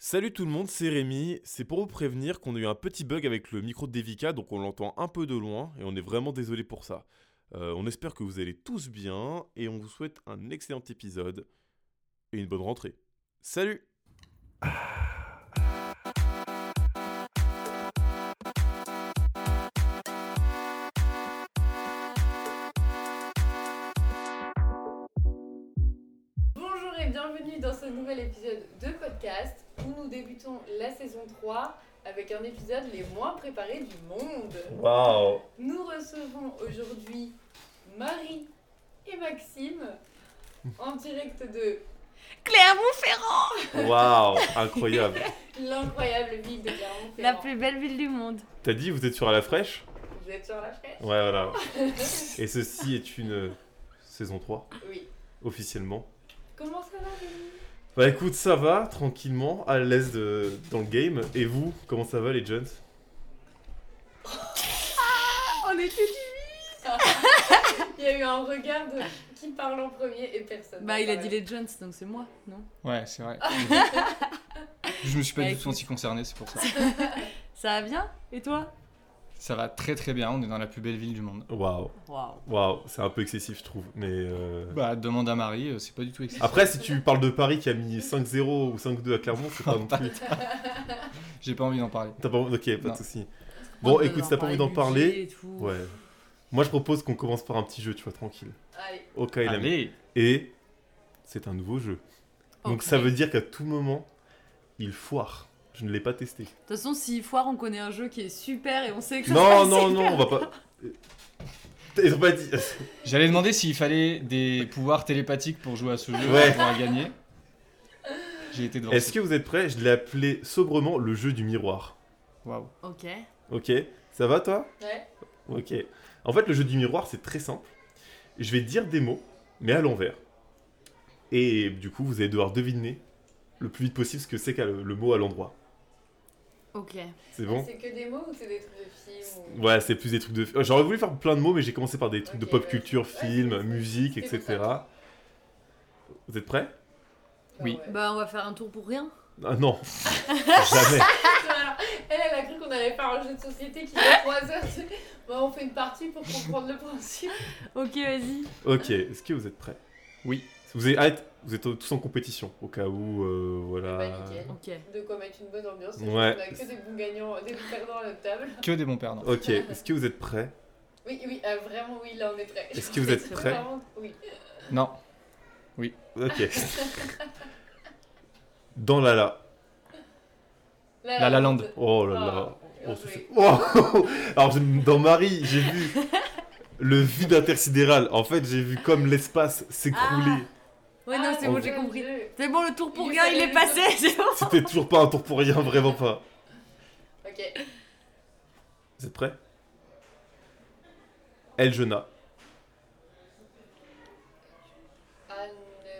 Salut tout le monde, c'est Rémi. C'est pour vous prévenir qu'on a eu un petit bug avec le micro de Devika, donc on l'entend un peu de loin et on est vraiment désolé pour ça. On espère que vous allez tous bien et on vous souhaite un excellent épisode et une bonne rentrée. Salut! Bonjour et bienvenue dans ce nouvel épisode de podcast où nous débutons la saison 3 avec un épisode les moins préparés du monde. Waouh! Nous recevons aujourd'hui Marie et Maxime en direct de Clermont-Ferrand, Waouh! Incroyable! l'incroyable ville de la Clermont-Ferrand. plus belle ville du monde. T'as dit vous êtes sur à la fraîche? Vous êtes sur la fraîche? Ouais, voilà. Et ceci est une saison 3, Oui. officiellement. Comment ça va, Rémi? Bah écoute, ça va, tranquillement, à l'aise dans le game. Et vous, comment ça va les Jones? On était Il y a eu un regard de qui parle en premier et personne. Bah, il a dit les Jones, donc c'est moi, non? Ouais, c'est vrai. Je me suis pas Bah, du tout écoute. senti concerné, c'est pour ça. Ça va bien? Et toi? Ça va très très bien, on est dans la plus belle ville du monde. Waouh! Waouh. Waouh, c'est un peu excessif, je trouve. Mais Bah, demande à Marie, c'est pas du tout excessif. après, si tu parles de Paris qui a mis 5-0 ou 5-2 à Clermont, c'est pas non plus. J'ai pas envie d'en parler. T'as pas... Ok, pas Non. de soucis. Bon, écoute, si t'as pas envie d'en parler, Et tout. ouais. Moi, je propose qu'on commence par un petit jeu, tu vois, tranquille. Allez. Au KLM. Allez. Et c'est un nouveau jeu. Donc Ok. ça veut dire qu'à tout moment, il foire. Je ne l'ai pas testé. De toute façon, s'il foire, on connaît un jeu qui est super et on sait que ça Non, va non, être non, super. on va pas... Ils ont pas dit... J'allais demander s'il fallait des pouvoirs télépathiques pour jouer à ce jeu, Ouais. pour pouvoir gagner. J'ai été devant. Est-ce que vous êtes prêts? Je l'ai appelé sobrement le jeu du miroir. Waouh. Ok. Ok? Ça va, toi? Ouais. Ok. En fait, le jeu du miroir, c'est très simple. Je vais dire des mots, mais à l'envers. Et du coup, vous allez devoir deviner le plus vite possible ce que c'est le mot à l'endroit. Ok. C'est bon? C'est que des mots ou c'est des trucs de films ou... Ouais, c'est plus des trucs de... J'aurais voulu faire plein de mots, mais j'ai commencé par des trucs de Ok, pop ouais. culture, Ouais, films, c'est- musique, c'est pour etc. ça. Vous êtes prêts? Oui. Ouais. Bah, on va faire un tour pour rien. Ah non, jamais. Alors, elle a cru qu'on allait faire un jeu de société qui fait 3 heures. Bon, on fait une partie pour comprendre le principe. Ok, vas-y. Ok, est-ce que vous êtes prêts? Oui. Vous êtes tous en compétition, au cas où, voilà... Bah, nickel. Ok. De quoi mettre une bonne ambiance. Ouais. On a que des bons gagnants, des bons perdants à notre table. Que des bons perdants. Ok, est-ce que vous êtes prêts? Oui, oui, vraiment oui, là on est prêts. Est-ce que vous êtes prêts? Vraiment, oui. Non. Ok. Dans la. La La Land. Oh là là. bien Oh, ça joué. fait- Oh Alors, dans Marie, j'ai vu le vide intersidéral. En fait, j'ai vu comme l'espace s'écrouler. Ouais, non, c'est bon, j'ai mon compris. Dieu. C'est bon, le tour pour Il rien, il fallait est le passé, c'est bon. C'était toujours pas un tour pour rien, vraiment pas. Ok. Vous êtes prêts? Eljona. Anne.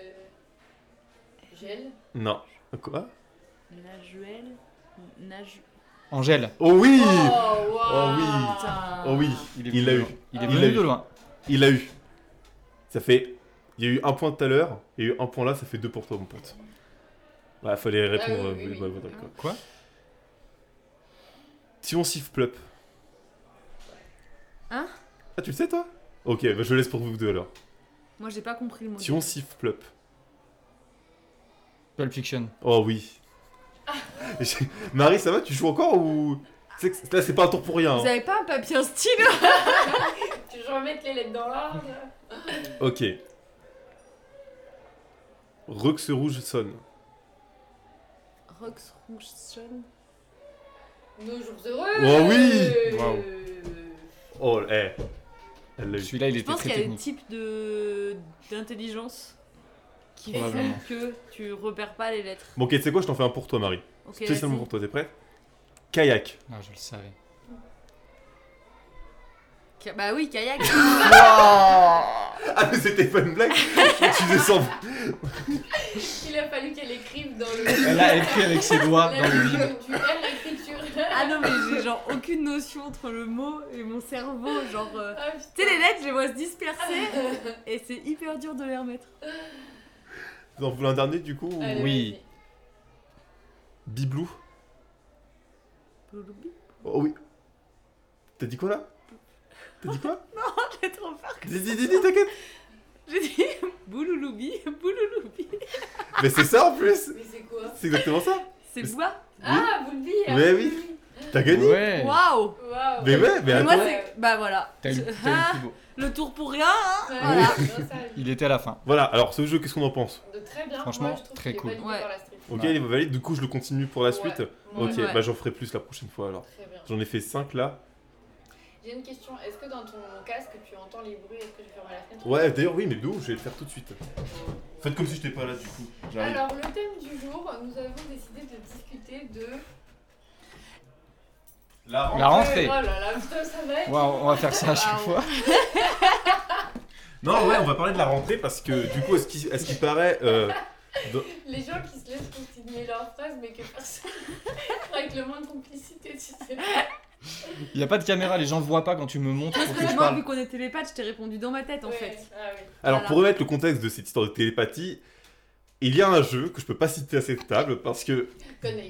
Gel. Non. Quoi? Najuel. Naju. Angèle. Oh oui! Oh, Oh oui. Putain. Oh oui, Il est il venu l'a de eu. loin. Il est Ah venu ouais. de loin. Il l'a eu. Ça fait. Il y a eu un point tout à l'heure, il y a eu un point là, ça fait 2 pour toi, mon pote. Ouais, fallait répondre. Ah oui, oui, oui. ouais, d'accord. Quoi? Si on siffle plup. Hein? Ah, tu le sais, toi? Ok, bah, je le laisse pour vous deux alors. Moi, j'ai pas compris le mot. Si on siffle plup. Pulp Fiction. Oh oui. Marie, ça va? Tu joues encore ou. Là, c'est pas un tour pour rien. Vous hein. avez pas un papier, un stylo? Tu veux remettre les lettres dans l'ordre? Ok. Rux rouge sonne. Rox Rougeson. Nos jours heureux. Oh oui. Waouh. Oh, eh. Elle l'a eu. Celui-là, il Je était pense très qu'il y a des technique. types d'intelligence qui font Probablement. que tu repères pas les lettres. Bon, ok, tu sais quoi? Je t'en fais un pour toi, Marie. Ok, Spécialement vas-y. pour toi, t'es prêt? Kayak. Ah, je le savais. Bah oui, kayak. Ah, mais c'était pas une blague? Tu descends. Il a fallu qu'elle écrive dans le. Elle a écrit avec ses doigts dans le vide. Du R l'écriture. Ah non, mais j'ai genre aucune notion entre le mot et mon cerveau. Genre, Ah, putain. tu sais, les lettres, je les vois se disperser et c'est hyper dur de les remettre. Vous en voulez un dernier du coup ou- Allez, Oui. vas-y. Biblou. Bouloubi. Oh oui. T'as dit quoi là? T'as dit quoi? J'ai trop peur. Dis, t'inquiète. J'ai dit boulouloubi, boulouloubi. Mais c'est ça en plus. Mais c'est quoi? C'est exactement ça. C'est bois. Ah, Boulby. Mais oui. T'as gagné. Ouais. Waouh. Waouh. Mais ouais, mais Mais moi attends. c'est. Bah voilà. T'as eu Ah, Thibaut. le tour pour rien, hein. Ouais, Voilà. grâce à lui. Il était à la fin. Voilà, alors ce jeu, qu'est-ce qu'on en pense? De très bien. Franchement, Moi, je trouve très qu'il est cool. validé Ouais. par la street. Ok, Ouais. il va valider, du coup je le continue pour la suite. Ouais. Ok, Ouais. bah j'en ferai plus la prochaine fois alors. Très bien. J'en ai fait 5 là. J'ai une question. Est-ce que dans ton casque, tu entends les bruits? Est-ce que je ferme la fenêtre? Ouais, d'ailleurs, oui, mais d'où? Je vais le faire tout de suite. Faites comme si j'étais pas là du coup. J'arrive. Alors, le thème du jour, nous avons décidé de discuter de. La La rentrée. Oh là là, putain, ça va être. Waouh, on va faire ça à chaque Waouh. fois. Non, ouais, on va parler de la rentrée parce que du coup, à ce qui paraît. Les gens qui se laissent continuer leur phrase, mais que personne. Avec le moins de complicité, tu sais. Il y a pas de caméra, les gens voient pas quand tu me montres Parce pour que que je moi, parle. vu qu'on est télépathe, je t'ai répondu dans ma tête en Ouais. fait. Ah oui. Alors, Voilà. pour remettre le contexte de cette histoire de télépathie, il y a un jeu que je peux pas citer à cette table parce que. Codenames.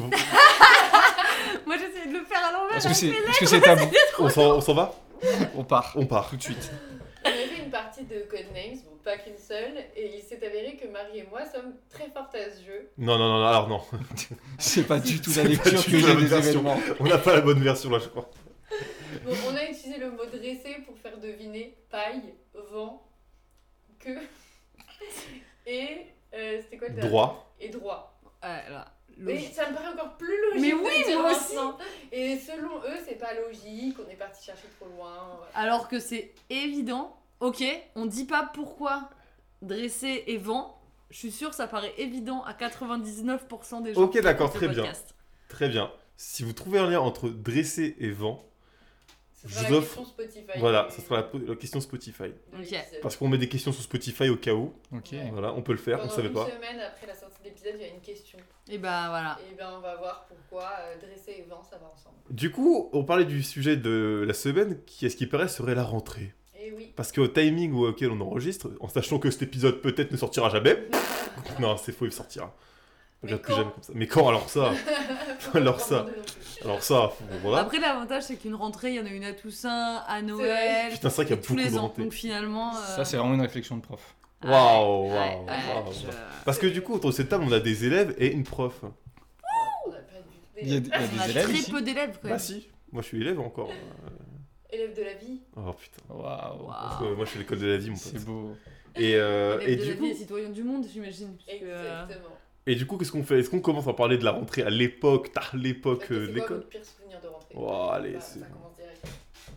Moi j'essayais de le faire à l'envers. Est-ce que c'est tabou? On s'en va? On part. On part. Tout de suite. On avait fait une partie de Codenames, bon, pas qu'une seule, et il s'est avéré que Marie et moi sommes très fortes à ce jeu. Non, alors non. C'est pas du tout la C'est pas lecture du que tout la j'ai bonne des version. événements. On n'a pas la bonne version là, je crois. Donc on a utilisé le mot dresser pour faire deviner paille, vent, queue, et c'était quoi le dernier? Droit. Et droit. Ouais, là. Mais Logique. ça me paraît encore plus logique. Mais de oui, le dire moi aussi. maintenant. Et selon eux, c'est pas logique, on est parti chercher trop loin. Alors que c'est évident. Ok, on dit pas pourquoi dresser et vent. Je suis sûre ça paraît évident à 99% des gens. Ok, qui d'accord, écoutent très ce bien. podcast. Très bien. Si vous trouvez un lien entre dresser et vent, Ce Je sera vous la offre- question Spotify. voilà, ça sera la question Spotify. de Ok. l'épisode. Parce qu'on met des questions sur Spotify au cas où. Ok. Ouais. Voilà, on peut le faire, on Pendant savait une pas. semaine après la sortie de l'épisode, il y a une question. Et bah voilà. Et ben on va voir pourquoi dresser et vent ça va ensemble. Du coup, on parlait du sujet de la semaine qui, à ce qui paraît, serait la rentrée. Et oui. Parce qu'au timing auquel on enregistre, en sachant que cet épisode peut-être ne sortira jamais. Non, c'est faux, il sortira. On Mais regarde plus quand jamais comme ça. Mais quand alors ça? Alors ça. Alors ça, voilà. Après l'avantage c'est qu'une rentrée, il y en a une à Toussaint, à Noël, Putain, c'est vrai qu'il y a tous beaucoup les de ans. rentrées. Donc finalement. Ça, c'est vraiment une réflexion de prof. ouais, Waouh, ouais, waouh, ouais, waouh. je- Parce que du coup, autour de cette table, on a des élèves et une prof. On n'a pas du tout Il y a, il y a On a des élèves très ici. peu d'élèves quand Bah même. si, moi je suis élève encore. Élève de la vie. Oh putain. Waouh. Parce Waouh. que moi je suis à l'école de la vie, mon pote. C'est beau. Et, Élèves et, de du la coup, vie et citoyens du monde, j'imagine. parce que, Exactement. et du coup, qu'est-ce qu'on fait? Est-ce qu'on commence à parler de la rentrée à l'époque, l'époque C'est de quoi l'école? votre pire souvenir de rentrée? Oh, allez, Bah, c'est ça bon. commence direct.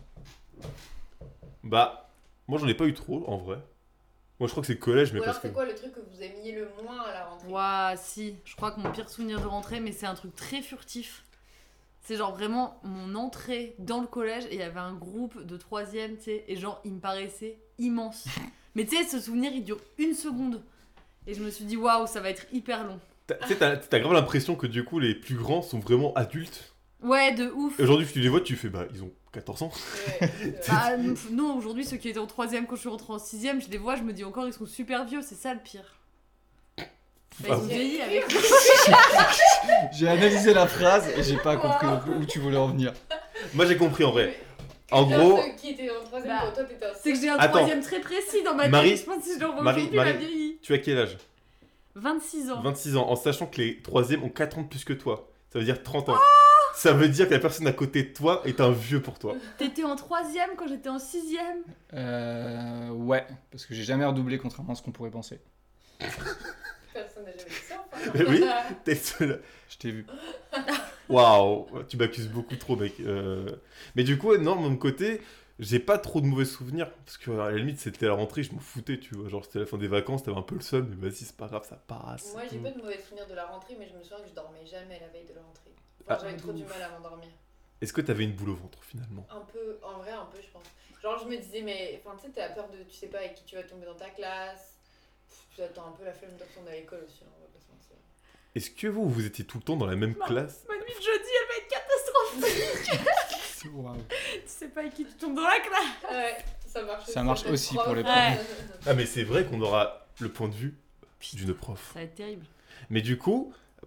Bah, moi j'en ai pas eu trop en vrai. Moi je crois que c'est collège, mais Ou alors parce que. c'est quoi le truc que vous aimiez le moins à la rentrée? Ouah, si, je crois que mon pire souvenir de rentrée, mais c'est un truc très furtif. C'est genre vraiment mon entrée dans le collège et il y avait un groupe de 3ème, tu sais, et genre il me paraissait immense. Mais tu sais, ce souvenir il dure 1 seconde. Et je me suis dit, waouh, ça va être hyper long. Tu sais, t'as grave l'impression que du coup les plus grands sont vraiment adultes. Ouais, de ouf. Et aujourd'hui, tu les vois, tu fais bah, ils ont 14 ans. Ouais, c'est vrai. Bah, non, aujourd'hui, ceux qui étaient en 3ème quand je suis rentrée en 6ème, je les vois, je me dis encore, ils sont super vieux, c'est ça le pire. Bah, ils ont vieilli avec. J'ai analysé la phrase et j'ai pas compris où tu voulais en venir. Moi j'ai compris en vrai. Mais- En Alors, gros, ceux qui étaient en troisième Bah, quand toi t'étais en C'est que j'ai un Attends. 3ème très précis dans ma tête. Marie- Je pense que si je le revois Marie- aujourd'hui, il a Marie- vieilli. tu as quel âge? 26 ans. 26 ans, en sachant que les 3ème ont 4 ans de plus que toi. Ça veut dire 30 ans. Ça veut dire que la personne à côté de toi est un vieux pour toi. T'étais en 3ème quand j'étais en 6ème. Ouais, parce que j'ai jamais redoublé contrairement à ce qu'on pourrait penser. personne n'a jamais dit ça. Enfin, Mais oui. T'es seul. Je t'ai vu. Waouh, tu m'accuses beaucoup trop, mec. Mais du coup, non, de mon côté, j'ai pas trop de mauvais souvenirs. Parce que à la limite, c'était la rentrée, je m'en foutais, tu vois. Genre, c'était la fin des vacances, t'avais un peu le seum, mais vas-y, c'est pas grave, ça passe. Moi j'ai pas de mauvais souvenirs de la rentrée, mais je me souviens que je dormais jamais la veille de la rentrée. Enfin, Ah, j'avais trop du ouf. mal à m'endormir. Est-ce que t'avais une boule au ventre finalement? Un peu, en vrai, un peu, je pense. Genre, je me disais, mais enfin, tu sais, t'as peur de, tu sais pas avec qui tu vas tomber dans ta classe. Tu attends un peu la flemme de retourner à l'école aussi, hein, on va pas se mentir. Est-ce que vous étiez tout le temps dans la même Non. classe? Ma nuit de jeudi, elle va être catastrophique. Waouh. Tu sais pas avec qui tu tombes dans la classe. Ouais, ça marche Ça marche peut-être aussi prof. pour les profs. Ouais. Ah, mais c'est vrai qu'on aura le point de vue d'une prof. Ça va être terrible. Mais du coup,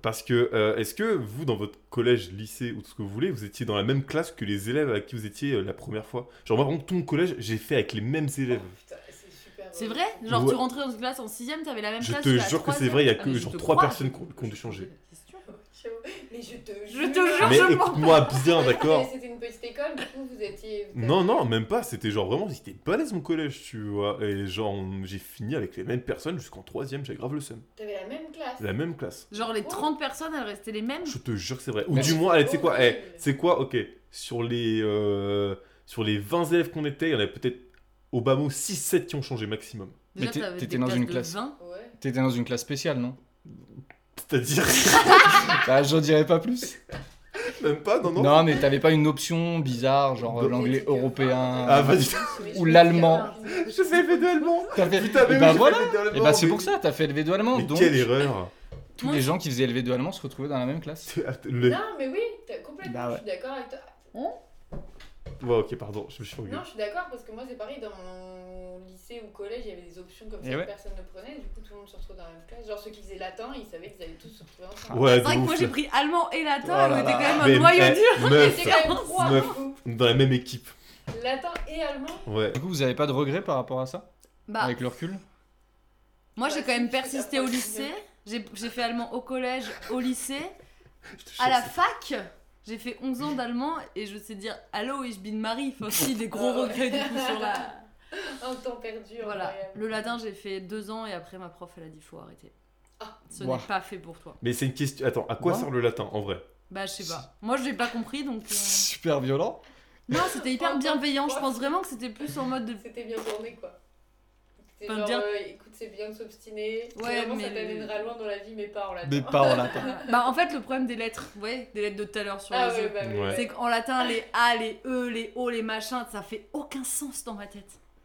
Parce que, est-ce que vous, dans votre collège, lycée ou tout ce que vous voulez, vous étiez dans la même classe que les élèves avec qui vous étiez la première fois? Genre, moi, vraiment, tout mon collège, j'ai fait avec les mêmes élèves. Putain, c'est super. C'est vrai? Genre, Ouais. tu rentrais dans une classe en 6ème, t'avais la même Je classe te que la jure que c'est 3e. vrai, il y a Ah, que mais je genre te 3 crois. personnes qui ont dû changer. C'est sûr. Mais je te Je jure. te jure. Mais je mens. écoute-moi bien, d'accord? C'était une petite école, du coup, vous étiez. Non, même pas. C'était genre vraiment, c'était balèze mon collège, tu vois. Et genre, j'ai fini avec les mêmes personnes jusqu'en 3ème, j'avais grave le seum. T'avais la même classe. La même classe. Genre, les 30 personnes, elles restaient les mêmes. Je te jure que c'est vrai. Ou Mais du c'est moins, allez, tu sais quoi, horrible. c'est quoi, ok. Sur les 20 élèves qu'on était, il y en avait peut-être au bas mot 6-7 qui ont changé maximum. Déjà, Mais t'avais t'étais des dans classes une de classe. 20. Ouais. T'étais dans une classe spéciale, non? C'est-à-dire, Bah, j'en dirais pas plus. même pas, non. Non, mais t'avais pas une option bizarre, genre Non. l'anglais européen. Ah, vas-y. Ou l'allemand. Je fais LV2 allemand. T'as fait... Putain, mais et oui, bah j'ai voilà. fait LV2 allemand, Et bah c'est mais- pour ça, t'as fait LV2 allemand. Mais Donc quelle erreur. tous Moi, les je- gens qui faisaient LV2 allemand se retrouvaient dans la même classe. Le- Non, mais oui, complètement, Bah ouais. je suis d'accord avec toi. Ouais, ok, pardon, je me suis engueulé. Non, je suis d'accord parce que moi, c'est pareil, dans mon lycée ou collège, il y avait des options comme Et ça ouais. que personne ne prenait, du coup, tout le monde se retrouvait dans la même classe. Genre, ceux qui faisaient latin, ils savaient qu'ils allaient tous se retrouver ensemble. Ouais, C'est de vrai que ouf. moi, j'ai pris allemand et latin, Oh là on était là. quand même Mais, un noyau eh, dur. meuf, C'était quand même trois, meuf. du coup. dans la même équipe. Latin et allemand. Ouais. Du coup, vous avez pas de regrets par rapport à ça? Bah, Avec le recul? moi, j'ai Bah, quand même si, tu persisté fais au la lycée. J'ai fait allemand au collège, au lycée. Je te À la jure, fac, j'ai fait 11 ans d'allemand et je sais dire Allô, ich bin Marie. Enfin, aussi des gros Ah ouais. regrets du coup sur la. Un temps perdu. Voilà. incroyable. Le latin, j'ai fait 2 ans et après, ma prof, elle a dit faut arrêter. Ah. Ce Ouah. n'est pas fait pour toi. Mais c'est une question. Attends, à quoi Ouais. sert le latin en vrai? Bah, je sais pas. Moi, je l'ai pas compris donc. Super violent. Non, c'était hyper En tant que bienveillant. Je prof. pense vraiment que c'était plus en mode de. C'était bien tourné, quoi. C'était Enfin, genre, dire- écoute, c'est bien de s'obstiner. Ouais, Vraiment, ça mais- t'amènera loin dans la vie, mais pas en latin. Mais pas en latin. Bah, en fait, le problème des lettres, vous voyez, des lettres de tout à l'heure sur Ah les ouais, E. bah oui. Ouais. C'est qu'en latin, les A, les E, les O, les machins, ça fait aucun sens dans ma tête.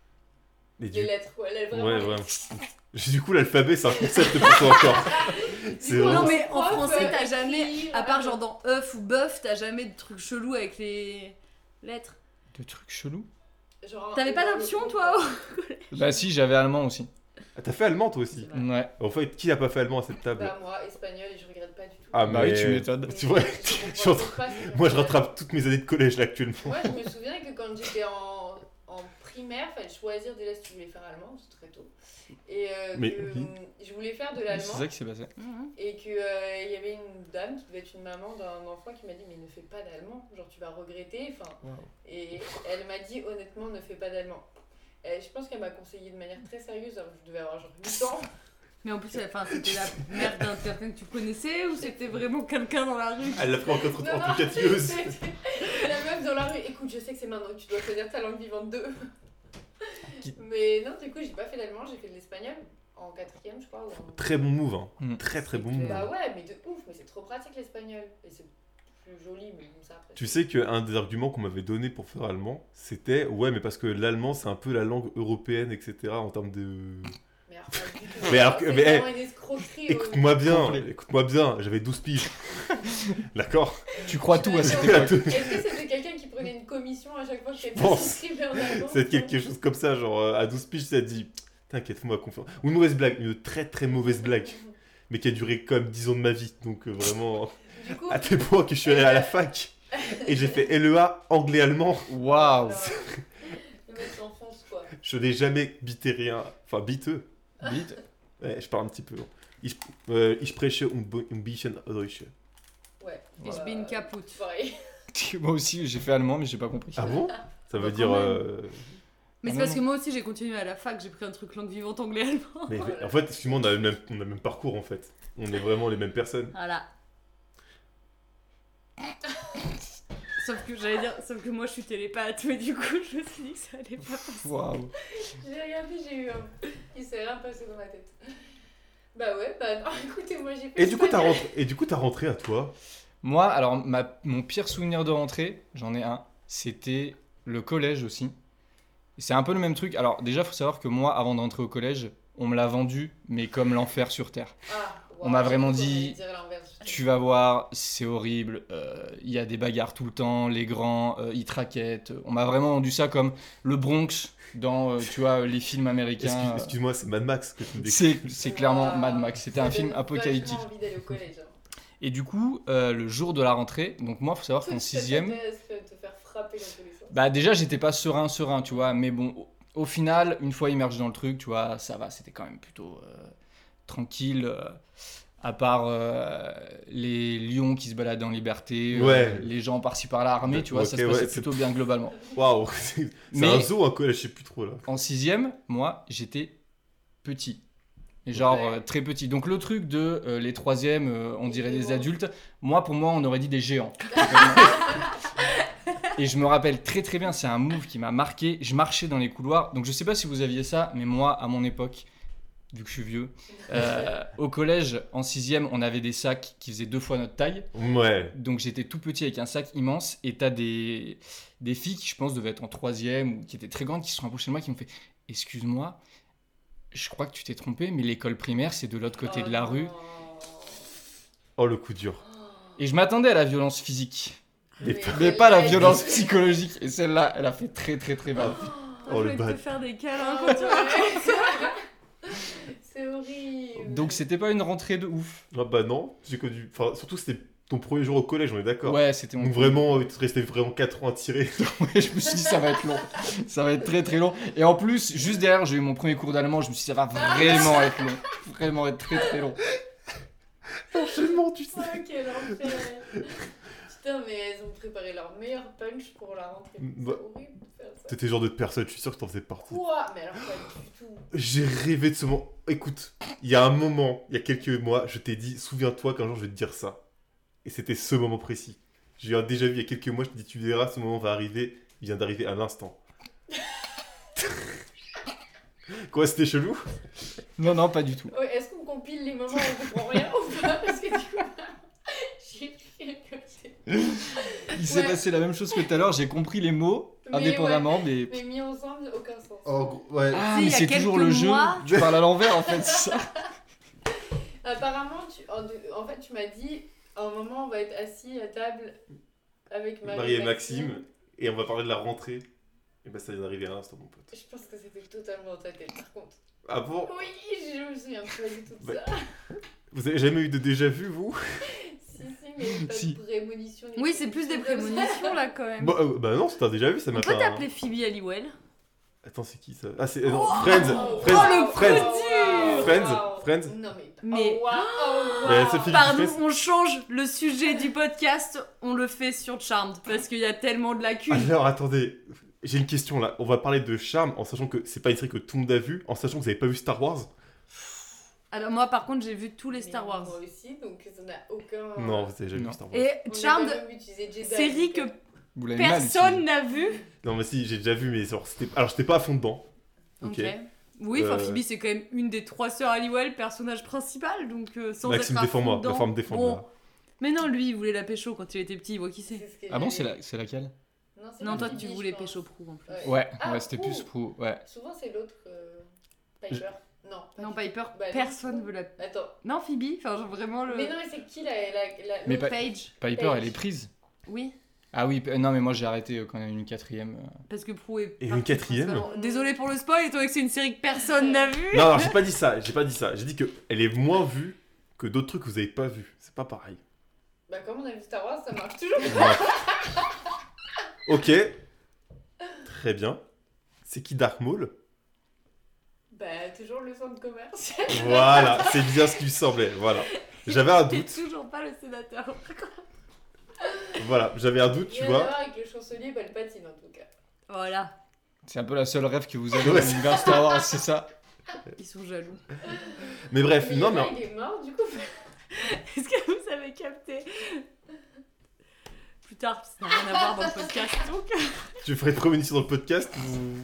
Et Les lettres, ouais, vraiment. Ouais, les- vraiment. Du coup, l'alphabet, c'est un concept pour toi encore. C'est Du coup, vraiment- Non, mais en prof, français, t'as écrire, jamais, à part genre dans œuf ou bœuf, t'as jamais de trucs chelous avec les lettres. De trucs chelous. Genre, T'avais pas dans le d'option, groupe, toi quoi. Bah si, j'avais allemand aussi. Ah, t'as fait allemand toi aussi? C'est vrai. Ouais. En fait, qui n'a pas fait allemand à cette table? Bah, moi, espagnol, et je regrette pas du tout. Ah, Bah oui, mais- tu m'étonnes. Tu vois, Je je suis en comprends pas ce que Moi, je fait. rattrape toutes mes années de collège là actuellement. Moi, je me souviens que quand j'étais en primaire, fallait choisir déjà si tu voulais faire allemand, c'est très tôt. Et Mais que oui. je voulais faire de C'est l'allemand. ça qui s'est passé. Mhm. Et qu'il y avait une dame qui devait être une maman d'un enfant qui m'a dit mais ne fais pas d'allemand, genre tu vas regretter. Enfin, et elle m'a dit honnêtement ne fais pas d'allemand. Et je pense qu'elle m'a conseillé de manière très sérieuse, alors que je devais avoir genre 8 ans. Mais en plus, enfin, c'était la mère d'un quelqu'un que tu connaissais ou c'était vraiment quelqu'un dans la rue? Elle l'a pris en contre Non, non, applicatieuse. c'était la meuf dans la rue. Écoute, je sais que c'est maintenant que tu dois choisir ta langue vivante 2. Mais non, du coup, j'ai pas fait d'allemand, j'ai fait de l'espagnol en 4ème, je crois. ou en- Très bon move, hein. Mm. Très très bon C'est move. clair. Bah ouais, mais de ouf, mais c'est trop pratique l'espagnol. Et c'est plus joli, mais comme ça après. Tu sais qu'un des arguments qu'on m'avait donné pour faire allemand, c'était ouais, mais parce que l'allemand c'est un peu la langue européenne, etc. en termes de. Mais alors, pas du tout. Mais alors que- C'est mais, vraiment une escroquerie. Écoute-moi bien, j'avais 12 piges. D'accord? Tu crois tout à cette Est-ce époque. que c'était quelqu'un qui prenait une commission à chaque fois que t'étais pense. souscrit en allemand? C'est quelque chose comme ça, genre à 12 piges, ça dit t'inquiète, fais-moi confiance. Ou une mauvaise blague, une très très mauvaise blague, mais qui a duré quand même 10 ans de ma vie. Donc vraiment, Du coup, à tel point que je suis allé à la fac et j'ai fait LEA anglais-allemand. Waouh. le mec s'enfonce quoi. Je n'ai jamais bité rien. Enfin, biteux. Vite. Ouais, je parle un petit peu. Ich spreche ein bisschen Deutsch. Ouais. Ich bin kaputt. Pareil. Moi aussi, j'ai fait allemand, mais j'ai pas compris. Ah bon? Ça veut Bah, dire. quand même. Mais c'est Ah, parce non, que moi aussi j'ai continué à la fac, j'ai pris un truc langue vivante anglais-allemand. Mais en fait, excuse-moi, on a le même parcours en fait. On est vraiment les mêmes personnes. Voilà. sauf que moi je suis télépathe, mais du coup je me suis dit que ça allait pas passer. Waouh. J'ai regardé, j'ai eu un. Il s'est rien passé dans ma tête. Bah ouais, bah non, écoutez, moi j'ai fait. Et du coup, espagnol. t'as rentré à toi. Moi, alors, mon pire souvenir de rentrée, j'en ai un, c'était le collège aussi. C'est un peu le même truc. Alors, déjà, faut savoir que moi, avant d'entrer au collège, on me l'a vendu, mais comme l'enfer sur Terre. Ah, On m'a vraiment j'ai cru qu'on dit, allait dire l'inverse. Tu vas voir, c'est horrible, il y a des bagarres tout le temps, les grands, ils traquettent. On m'a vraiment vendu ça comme le Bronx dans, tu vois, les films américains. Excuse-moi, c'est Mad Max que tu me décris. C'est clairement Waouh. Mad Max. C'était Ça un film donne apocalyptique. vachement envie d'aller au collège. Hein. Et du coup, le jour de la rentrée, donc moi, il faut savoir qu'en 6ème... te faire frapper dans tous les sens. Bah déjà, j'étais pas serein, tu vois. Mais bon, au final, une fois immergé dans le truc, tu vois, ça va. C'était quand même plutôt tranquille. À part les lions qui se baladent en liberté, Ouais. les gens par-ci par-là armés, tu vois, Ok, ça se passait ouais, plutôt bien globalement. Waouh, c'est Mais- un zoo, un collège, je sais plus trop là. En 6ème, moi, j'étais petit. Et genre Ouais. très petit. Donc le truc de les 3ème, on dirait des gros. adultes, pour moi, on aurait dit des géants. Et je me rappelle très très bien, c'est un move qui m'a marqué. Je marchais dans les couloirs, donc je sais pas si vous aviez ça, mais moi, à mon époque, vu que je suis vieux, au collège, en 6ème, on avait des sacs qui faisaient 2 fois notre taille. Ouais. Donc j'étais tout petit avec un sac immense, et t'as des filles qui, je pense, devaient être en 3ème, ou qui étaient très grandes, qui se sont rapprochées de moi, qui m'ont fait « Excuse-moi, je crois que tu t'es trompé, mais l'école primaire, c'est de l'autre côté de la rue. » Oh, le coup dur. Et je m'attendais à la violence physique, Et mais pas la violence psychologique. Et celle-là, elle a fait très très très mal. Oh, le je vais bad. te faire des câlins quand tu C'est horrible. Donc c'était pas une rentrée de ouf. Ah bah non, j'ai connu. Enfin, surtout c'était ton premier jour au collège, on est d'accord. Ouais, c'était mon... Donc vraiment, tu restais vraiment 4 ans à tirer. Ouais, je me suis dit ça va être long. Ça va être très très long. Et en plus, juste derrière, j'ai eu mon premier cours d'allemand, je me suis dit ça va vraiment être long. Vraiment être très très long. Enchaînement, tu sais. Ah, quel enfer. Putain, mais elles ont préparé leur meilleur punch pour la rentrée. Bah, C'est horrible de faire ça. T'étais le genre de personne, je suis sûr que t'en faisais partie. Quoi? Mais alors pas du tout. J'ai rêvé de ce moment. Écoute, il y a un moment, il y a quelques mois, je t'ai dit, souviens-toi qu'un jour je vais te dire ça. Et c'était ce moment précis. J'ai déjà vu il y a quelques mois, je te dis, tu verras, ce moment va arriver. Il vient d'arriver à l'instant. Quoi, c'était chelou? Non, non, pas du tout. Ouais, est-ce qu'on compile les moments où on comprend rien ou pas? Parce que du coup, j'ai rien capté. Il s'est Ouais. passé la même chose que tout à l'heure, j'ai compris les mots Mais indépendamment, mais... Mais mis ensemble, aucun sens. Ouais. Ah, Tu sais, mais il y a c'est toujours le quelques jeu, mois- tu parles à l'envers en fait, c'est ça. Apparemment, en fait, tu m'as dit, à un moment, on va être assis à table avec Marie et Maxime, et on va parler de la rentrée. Et bah ça vient d'arriver à l'instant, mon pote. Je pense que c'était totalement dans ta tête, par contre. Ah bon? Oui, je me souviens pas du tout de Bah, ça. Vous avez jamais eu de déjà vu, vous? Si, mais pas Si. de prémonition. Oui, c'est plus des prémonitions là quand même. Bah non, c'est un déjà vu, ça On m'a peut fait un... t'appeler Phoebe Halliwell. Attends, c'est qui ça? Ah, c'est... non, Friends! Oh, Friends! le Friends! coup Friends! Friends! Non, mais. Mais- Oh, wow, oh, Mais wow. c'est Philippe Pardon, qui fait- on change le sujet du podcast, on le fait sur Charmed parce qu'il y a tellement de lacunes. Alors, attendez, j'ai une question là. On va parler de Charme en sachant que c'est pas une série que tout le monde a vu, en sachant que vous avez pas vu Star Wars. Alors moi par contre j'ai vu tous les Mais Star Wars. Moi aussi, donc ça n'a aucun. Non, vous avez jamais Non. vu Star Wars. Et On a Charmed, pas même utilisé Jedi, série que donc, Vous l'avez mal personne utilisé. n'a vu. Non, mais si, j'ai déjà vu, mais genre, c'était... Alors, j'étais pas à fond dedans. Ok. Oui, enfin Euh, Phoebe c'est quand même une des 3 sœurs Halliwell, personnage principal, donc sans Maxime, être à fond défends-moi. dedans. La forme défend Bon. Mais non, lui il voulait la pécho quand il était petit, il voit qui c'est. ce que Ah bon, j'avais- c'est laquelle? c'est Non, pas toi tu Phoebe, voulais je pense. pécho Prou en plus. Ouais, Ah, ouais, c'était Prou. plus Prou, ouais. Souvent, c'est l'autre. Piper. Non. pas Non, du tout. Piper, Bah, non. personne veut la. Attends. Non, Phoebe, enfin genre vraiment le. Mais non, mais c'est qui la. Mais l'autre- pas- Paige. Piper, Paige. elle est prise. Oui, Ah oui, non mais moi j'ai arrêté quand on a eu une 4ème. parce que Prou est. Et une partie 4e? principalement- Désolé pour le spoil, étant donné que c'est une série que personne n'a vue. Non, alors, j'ai pas dit ça. J'ai dit qu'elle est moins vue que d'autres trucs que vous avez pas vus. C'est pas pareil. Bah, comme on a vu Star Wars, ça marche toujours. Ok. Très bien. C'est qui Dark Maul? Bah, toujours le centre commerce. Voilà, c'est bien ce qui me semblait. Voilà. J'avais un C'est doute. toujours pas le sénateur. Voilà, j'avais un doute, tu Rien à vois. voir avec le chancelier Palpatine, en tout cas. Voilà, C'est un peu la seule rêve que vous avez Ouais, dans l'univers Star Wars, c'est ça? ils sont jaloux. Mais bref, Mais non, Yoda, mais il est mort, du coup. Est-ce que vous avez capté plus tard, ça n'a rien à voir dans le podcast, donc. tu ferais une prémonition dans le podcast ou...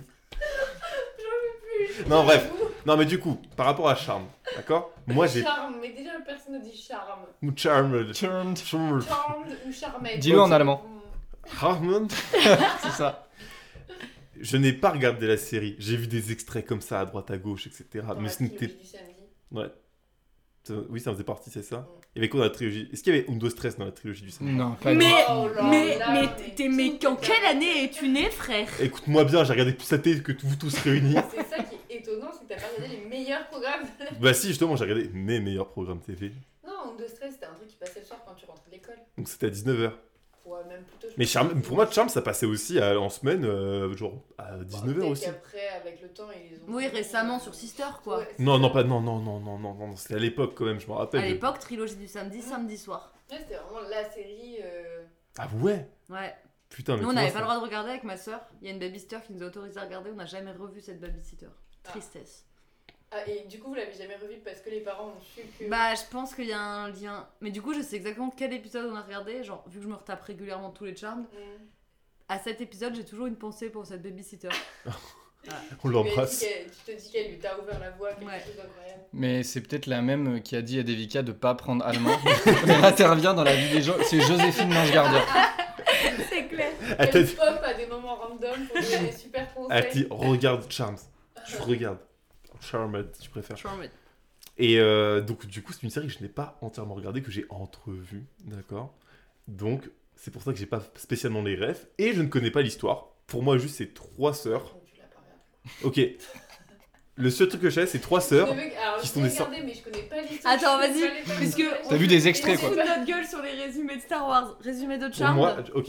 Non, bref. Non, mais du coup, par rapport à Charme, d'accord? Moi, j'ai... Charme, mais déjà, personne ne dit charme. Ou Charmed. Charmed. Charmed. Charmed ou charmette. Dis-le en allemand. Charmed. C'est ça. Je n'ai pas regardé la série. J'ai vu des extraits comme ça à droite, à gauche, etc. Dans Mais la ce n'était... trilogie du samedi. Ouais. Oui, ça en faisait partie, c'est ça? Il y avait quoi dans la trilogie? Est-ce qu'il y avait Undo Stress dans la trilogie du samedi? Non, pas du Mais, Oh là mais, là, mais tout en est quelle pareil. année es-tu né, frère? Écoute-moi bien, j'ai regardé plus sa tête que vous tous réunis. C'est ça qui est étonnant, c'est que t'as pas regardé les meilleurs programmes. Bah si, justement, j'ai regardé mes meilleurs programmes TV. Non, Honda Stress, c'était un truc qui passait le soir quand tu rentrais de l'école. Donc c'était à 19h. Ouais, même plutôt. Mais pour moi, Charm, ça passait aussi en semaine, genre à 19h aussi. Après, avec le temps, ils ont. Oui, récemment sur Sister, quoi. Ouais, Non, ça. non, pas, non, c'était à l'époque quand même, je me rappelle. À l'époque, trilogie du samedi, samedi soir. Ouais, c'était vraiment la série. Ah ouais. Ouais. Putain, mais Nous, on comment n'avait ça- pas le droit de regarder avec ma soeur. Il y a une babysitter qui nous a autorisé à regarder. On n'a jamais revu cette babysitter. Tristesse. Ah, et du coup, vous l'avez jamais revu parce que les parents ont su que. Bah, je pense qu'il y a un lien. Mais du coup, je sais exactement quel épisode on a regardé. Genre, vu que je me retape régulièrement tous les charms, à cet épisode, j'ai toujours une pensée pour cette babysitter. On l'embrasse. Tu te dis qu'elle lui t'a ouvert la voie, quelque Ouais. chose d'incroyable. Mais c'est peut-être la même qui a dit à Devika de pas apprendre allemand. Elle intervient dans la vie des gens. C'est Joséphine Lange-Gardien. C'est clair. Elle pop à des moments random pour donner des super conseils. Elle dit regarde Charms. Je regarde. Charmed, je préfère. Charmed. Et donc, du coup, c'est une série que je n'ai pas entièrement regardée, que j'ai entrevue. D'accord. Donc, c'est pour ça que j'ai pas spécialement les refs. Et je ne connais pas l'histoire. Pour moi, juste, c'est 3 sœurs. Donc, tu l'as pas regardé. Ok. Le seul truc que je sais, c'est 3 sœurs. Alors, qui je sont l'ai des sœurs- regardé, mais je connais pas l'histoire. Attends, je connais vas-y, pas les puisque personnages. T'as vu des extraits, On quoi. se fout de notre gueule sur les résumés de Star Wars. Résumé de Pour Charmed. moi, ok.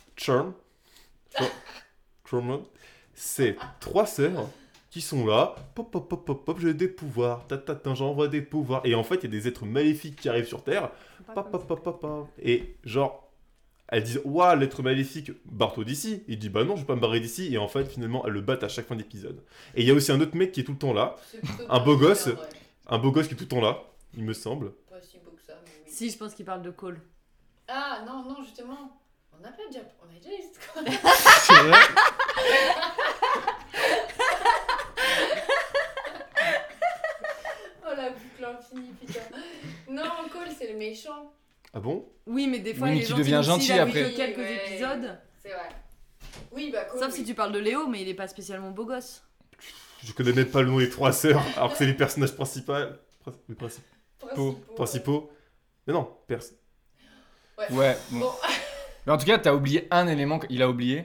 Charmed, c'est 3 sœurs qui sont là. Pop, pop, pop, pop, pop, j'ai des pouvoirs. Ta, j'envoie des pouvoirs. Et en fait, il y a des êtres maléfiques qui arrivent sur Terre. Pop, pop, pop, pop, pop. Et genre, elles disent ouah, l'être maléfique, barre-toi d'ici. Il dit bah non, je vais pas me barrer d'ici. Et en fait, finalement, elles le battent à chaque fin d'épisode. Et il y a aussi un autre mec qui est tout le temps là. C'est plutôt Un pas beau bien, gosse. ouais. Un beau gosse qui est tout le temps là, il me semble. Pas si beau que ça, mais oui. Si, je pense qu'il parle de Cole. Ah non, non, justement. On a déjà eu ce qu'on C'est vrai. Oh la boucle infinie, putain. Non, Cole, c'est le méchant. Ah bon? Oui, mais des fois, Oui, mais il est qui gentil, devient même s'il gentil a après. vu que quelques Ouais. épisodes. C'est vrai. Oui, bah Cole. Sauf si tu parles de Léo, mais il est pas spécialement beau gosse. Je connais même pas le nom des 3 sœurs, alors que c'est les personnages principaux. Les principaux. Mais non, Ouais. Bon. Bon. Mais en tout cas, t'as oublié un élément qu'il a oublié.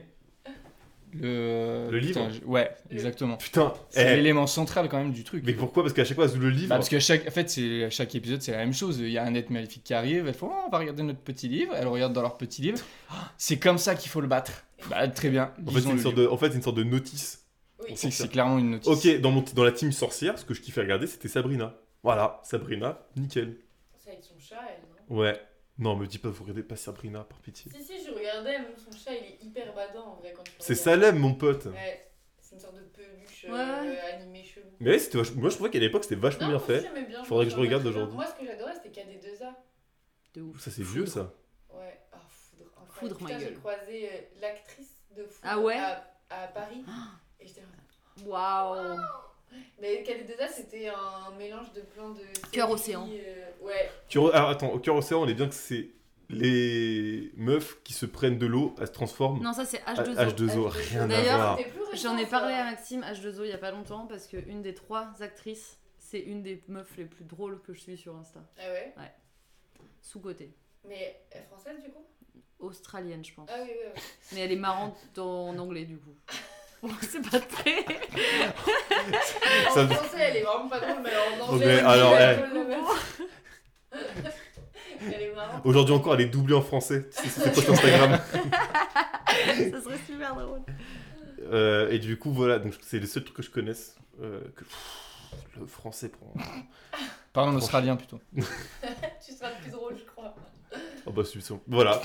Le livre. Ouais, exactement. Putain, C'est l'élément central quand même du truc. mais pourquoi? Parce qu'à chaque fois, sous le livre. Bah, parce que chaque épisode, c'est la même chose. Il y a un être maléfique qui arrive, elle fait oh, on va regarder notre petit livre. Elle regarde dans leur petit livre. Ah, c'est comme ça qu'il faut le battre. Bah, très bien. En fait, c'est une sorte une sorte de notice. Oui. C'est clairement une notice. Ok, dans la team sorcière, ce que je kiffais regarder, c'était Sabrina. Voilà, Sabrina, nickel. C'est avec son chat, elle, non? Ouais. Non, me dis pas, vous regardez pas Sabrina, par pitié. Si, je regardais, même son chat, il est hyper badant en vrai quand tu le C'est regardes. Salem, mon pote. Ouais, c'est une sorte de peluche Ouais. animée chelou. Mais ouais, moi, je trouvais qu'à l'époque, c'était vachement Non, bien moi fait. aussi, j'aimais bien, Faudrait que je m'en regarde souviens très aujourd'hui. bien. Moi, ce que j'adorais, c'était KD2A. De ouf. Ça, c'est vieux, ça. Ouais, ah, Foudre. Incroyable. Foudre, Putain, my j'ai gueule. croisé l'actrice de Foudre Ah ouais à Paris. Et j'étais en mode, Waouh. mais KD2A, c'était un mélange de plein de. Cœur séries, océan. Ouais. Alors, attends, au cœur océan, on est bien que c'est les meufs qui se prennent de l'eau, elles se transforment. Non, ça c'est Ah, H2O. H2O, rien à D'ailleurs, voir. C'était plus récent, J'en ai ça. parlé à Maxime H2O il y a pas longtemps parce que une des 3 actrices, c'est une des meufs les plus drôles que je suis sur Insta. Ah ouais. Sous-côté. Mais elle est française du coup? Australienne, je pense. Ah oui, oui, oui. Mais elle est marrante en anglais du coup. Bon, c'est pas très. En Ça- français, elle est vraiment pas drôle, mais en Ok, anglais, elle est alors, hyper drôle, la meuf. Elle est marrante. Aujourd'hui encore, elle est doublée en français. C'est quoi sur Instagram? Ça serait super drôle. Et du coup, voilà, donc c'est le seul truc que je connaisse. Le français pour. Parlons en australien plutôt. Tu seras le plus drôle, je crois. Oh bah, voilà.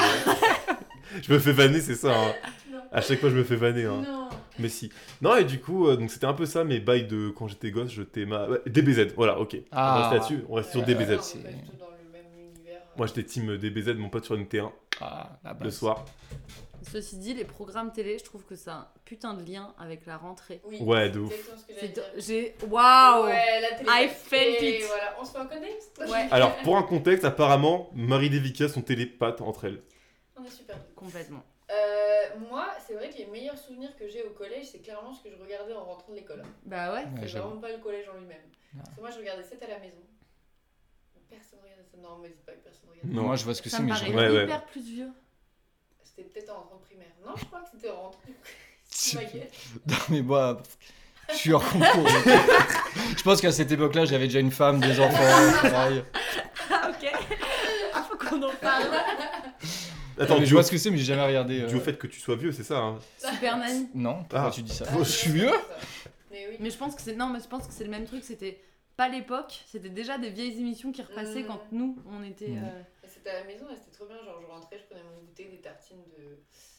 Je me fais vanner, c'est ça. Hein. Non. À chaque fois, je me fais vanner. Hein. Non. Mais si. Non, et du coup, donc c'était un peu ça, mes bails de quand j'étais gosse, je t'aimais. Ouais, DBZ, voilà, ok. Ah. On reste là-dessus, on reste sur Ouais, DBZ. on est c'est- pas du tout dans le même univers. Moi, j'étais team DBZ, mon pote sur NT1, Ah, la le base. soir. Ceci dit, les programmes télé, je trouve que ça a un putain de lien avec la rentrée. Oui, Ouais, de ouf. c'est exactement ce que j'allais C'est- dire. J'ai. Waouh! Ouais, la télé. I felt Et it. voilà, on se fait en connaître. Ouais. Alors, pour un contexte, apparemment, Marie Devika sont télépathes entre elles. On est super. Complètement. Moi, c'est vrai que les meilleurs souvenirs que j'ai au collège, c'est clairement ce que je regardais en rentrant de l'école. Bah ouais. Ouais, C'est j'avoue. vraiment pas le collège en lui-même. Non. Parce que moi, je regardais 7 à la maison. Personne regardait ça. Non, mais c'est pas que personne regardait. Non. Moi, je vois ce que Ça c'est, me mais paraît je Ouais, ouais. hyper plus vieux. C'était peut-être en rentrée primaire. Non, je crois que c'était en rentrée. C'est ma gueule. Non, mais moi, je suis hors concours. Je pense qu'à cette époque-là, j'avais déjà une femme, des enfants, pareil. Ah ok. qu'on en parle. Attends, mais je vois ce que c'est, mais j'ai jamais regardé. dû au fait que tu sois vieux, c'est ça hein. Super Nanny. Non, pourquoi Ah. tu dis ça Oh, Je suis vieux. Mais oui. Mais je pense que c'est le même truc. C'était pas l'époque. C'était déjà des vieilles émissions qui repassaient quand nous on était. Et c'était à la maison et c'était trop bien. Genre, je rentrais, je prenais mon goûter, des tartines de.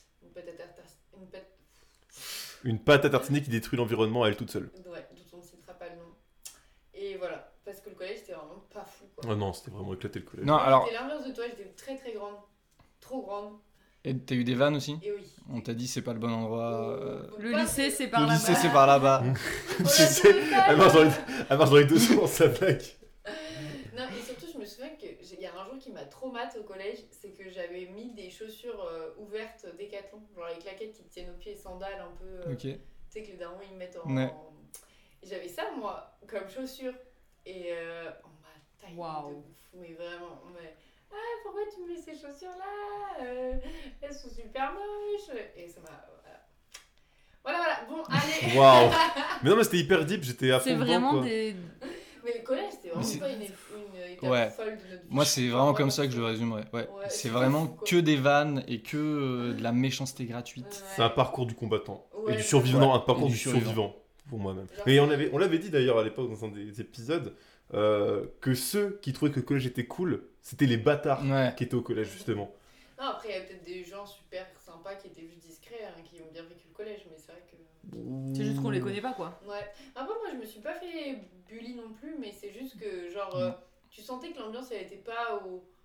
Une pâte à tartiner qui détruit l'environnement à elle toute seule. Ouais, dont on ne citera pas le nom. Et voilà. Parce que le collège, c'était vraiment pas fou, quoi. Oh non, c'était vraiment éclaté le collège. Non, alors. C'était l'inverse de toi, j'étais très très grande. Trop grande. Et t'as eu des vannes aussi Et oui. On t'a dit c'est pas le bon endroit. Le lycée, c'est par Le là-bas. lycée c'est par là-bas. Elle marche dans les deux sens, sa blague. Non, et surtout, je me souviens qu'il y a un jour qui m'a trop mat au collège, c'est que j'avais mis des chaussures ouvertes Décathlon, genre les claquettes qui te tiennent aux pieds et sandales un peu. Ok. Tu sais que les darons ils mettent en. Ouais. Et j'avais ça moi, comme chaussure. Et on m'a taillé Waouh. de ouf, mais vraiment. On m'a. Ah, pourquoi tu mets ces chaussures là elles sont super moches. Et ça m'a. Voilà. Bon, allez. Waouh. Mais non, mais c'était hyper deep, j'étais à fond C'est dedans, vraiment quoi. des. Mais le collège, c'était vraiment c'est- pas une étape Ouais. folle de notre vie. Moi c'est vraiment comme ça que je le résumerais. Ouais. Ouais, C'est c'est vraiment fou, quoi. que des vannes et que de la méchanceté gratuite. C'est un parcours du combattant. Ouais, et du survivant, ouais. un parcours Et du du survivant. survivant, pour moi-même. Genre, Mais on l'avait dit d'ailleurs à l'époque dans un des épisodes, que ceux qui trouvaient que le collège était cool, c'était les bâtards Ouais. qui étaient au collège, justement. Non, après, il y a peut-être des gens super sympas qui étaient juste discrets, hein, qui ont bien vécu le collège, mais c'est vrai que. C'est juste qu'on les connaît pas, quoi. Ouais. Après, moi, je me suis pas fait bully non plus, mais c'est juste que, genre, tu sentais que l'ambiance, elle était pas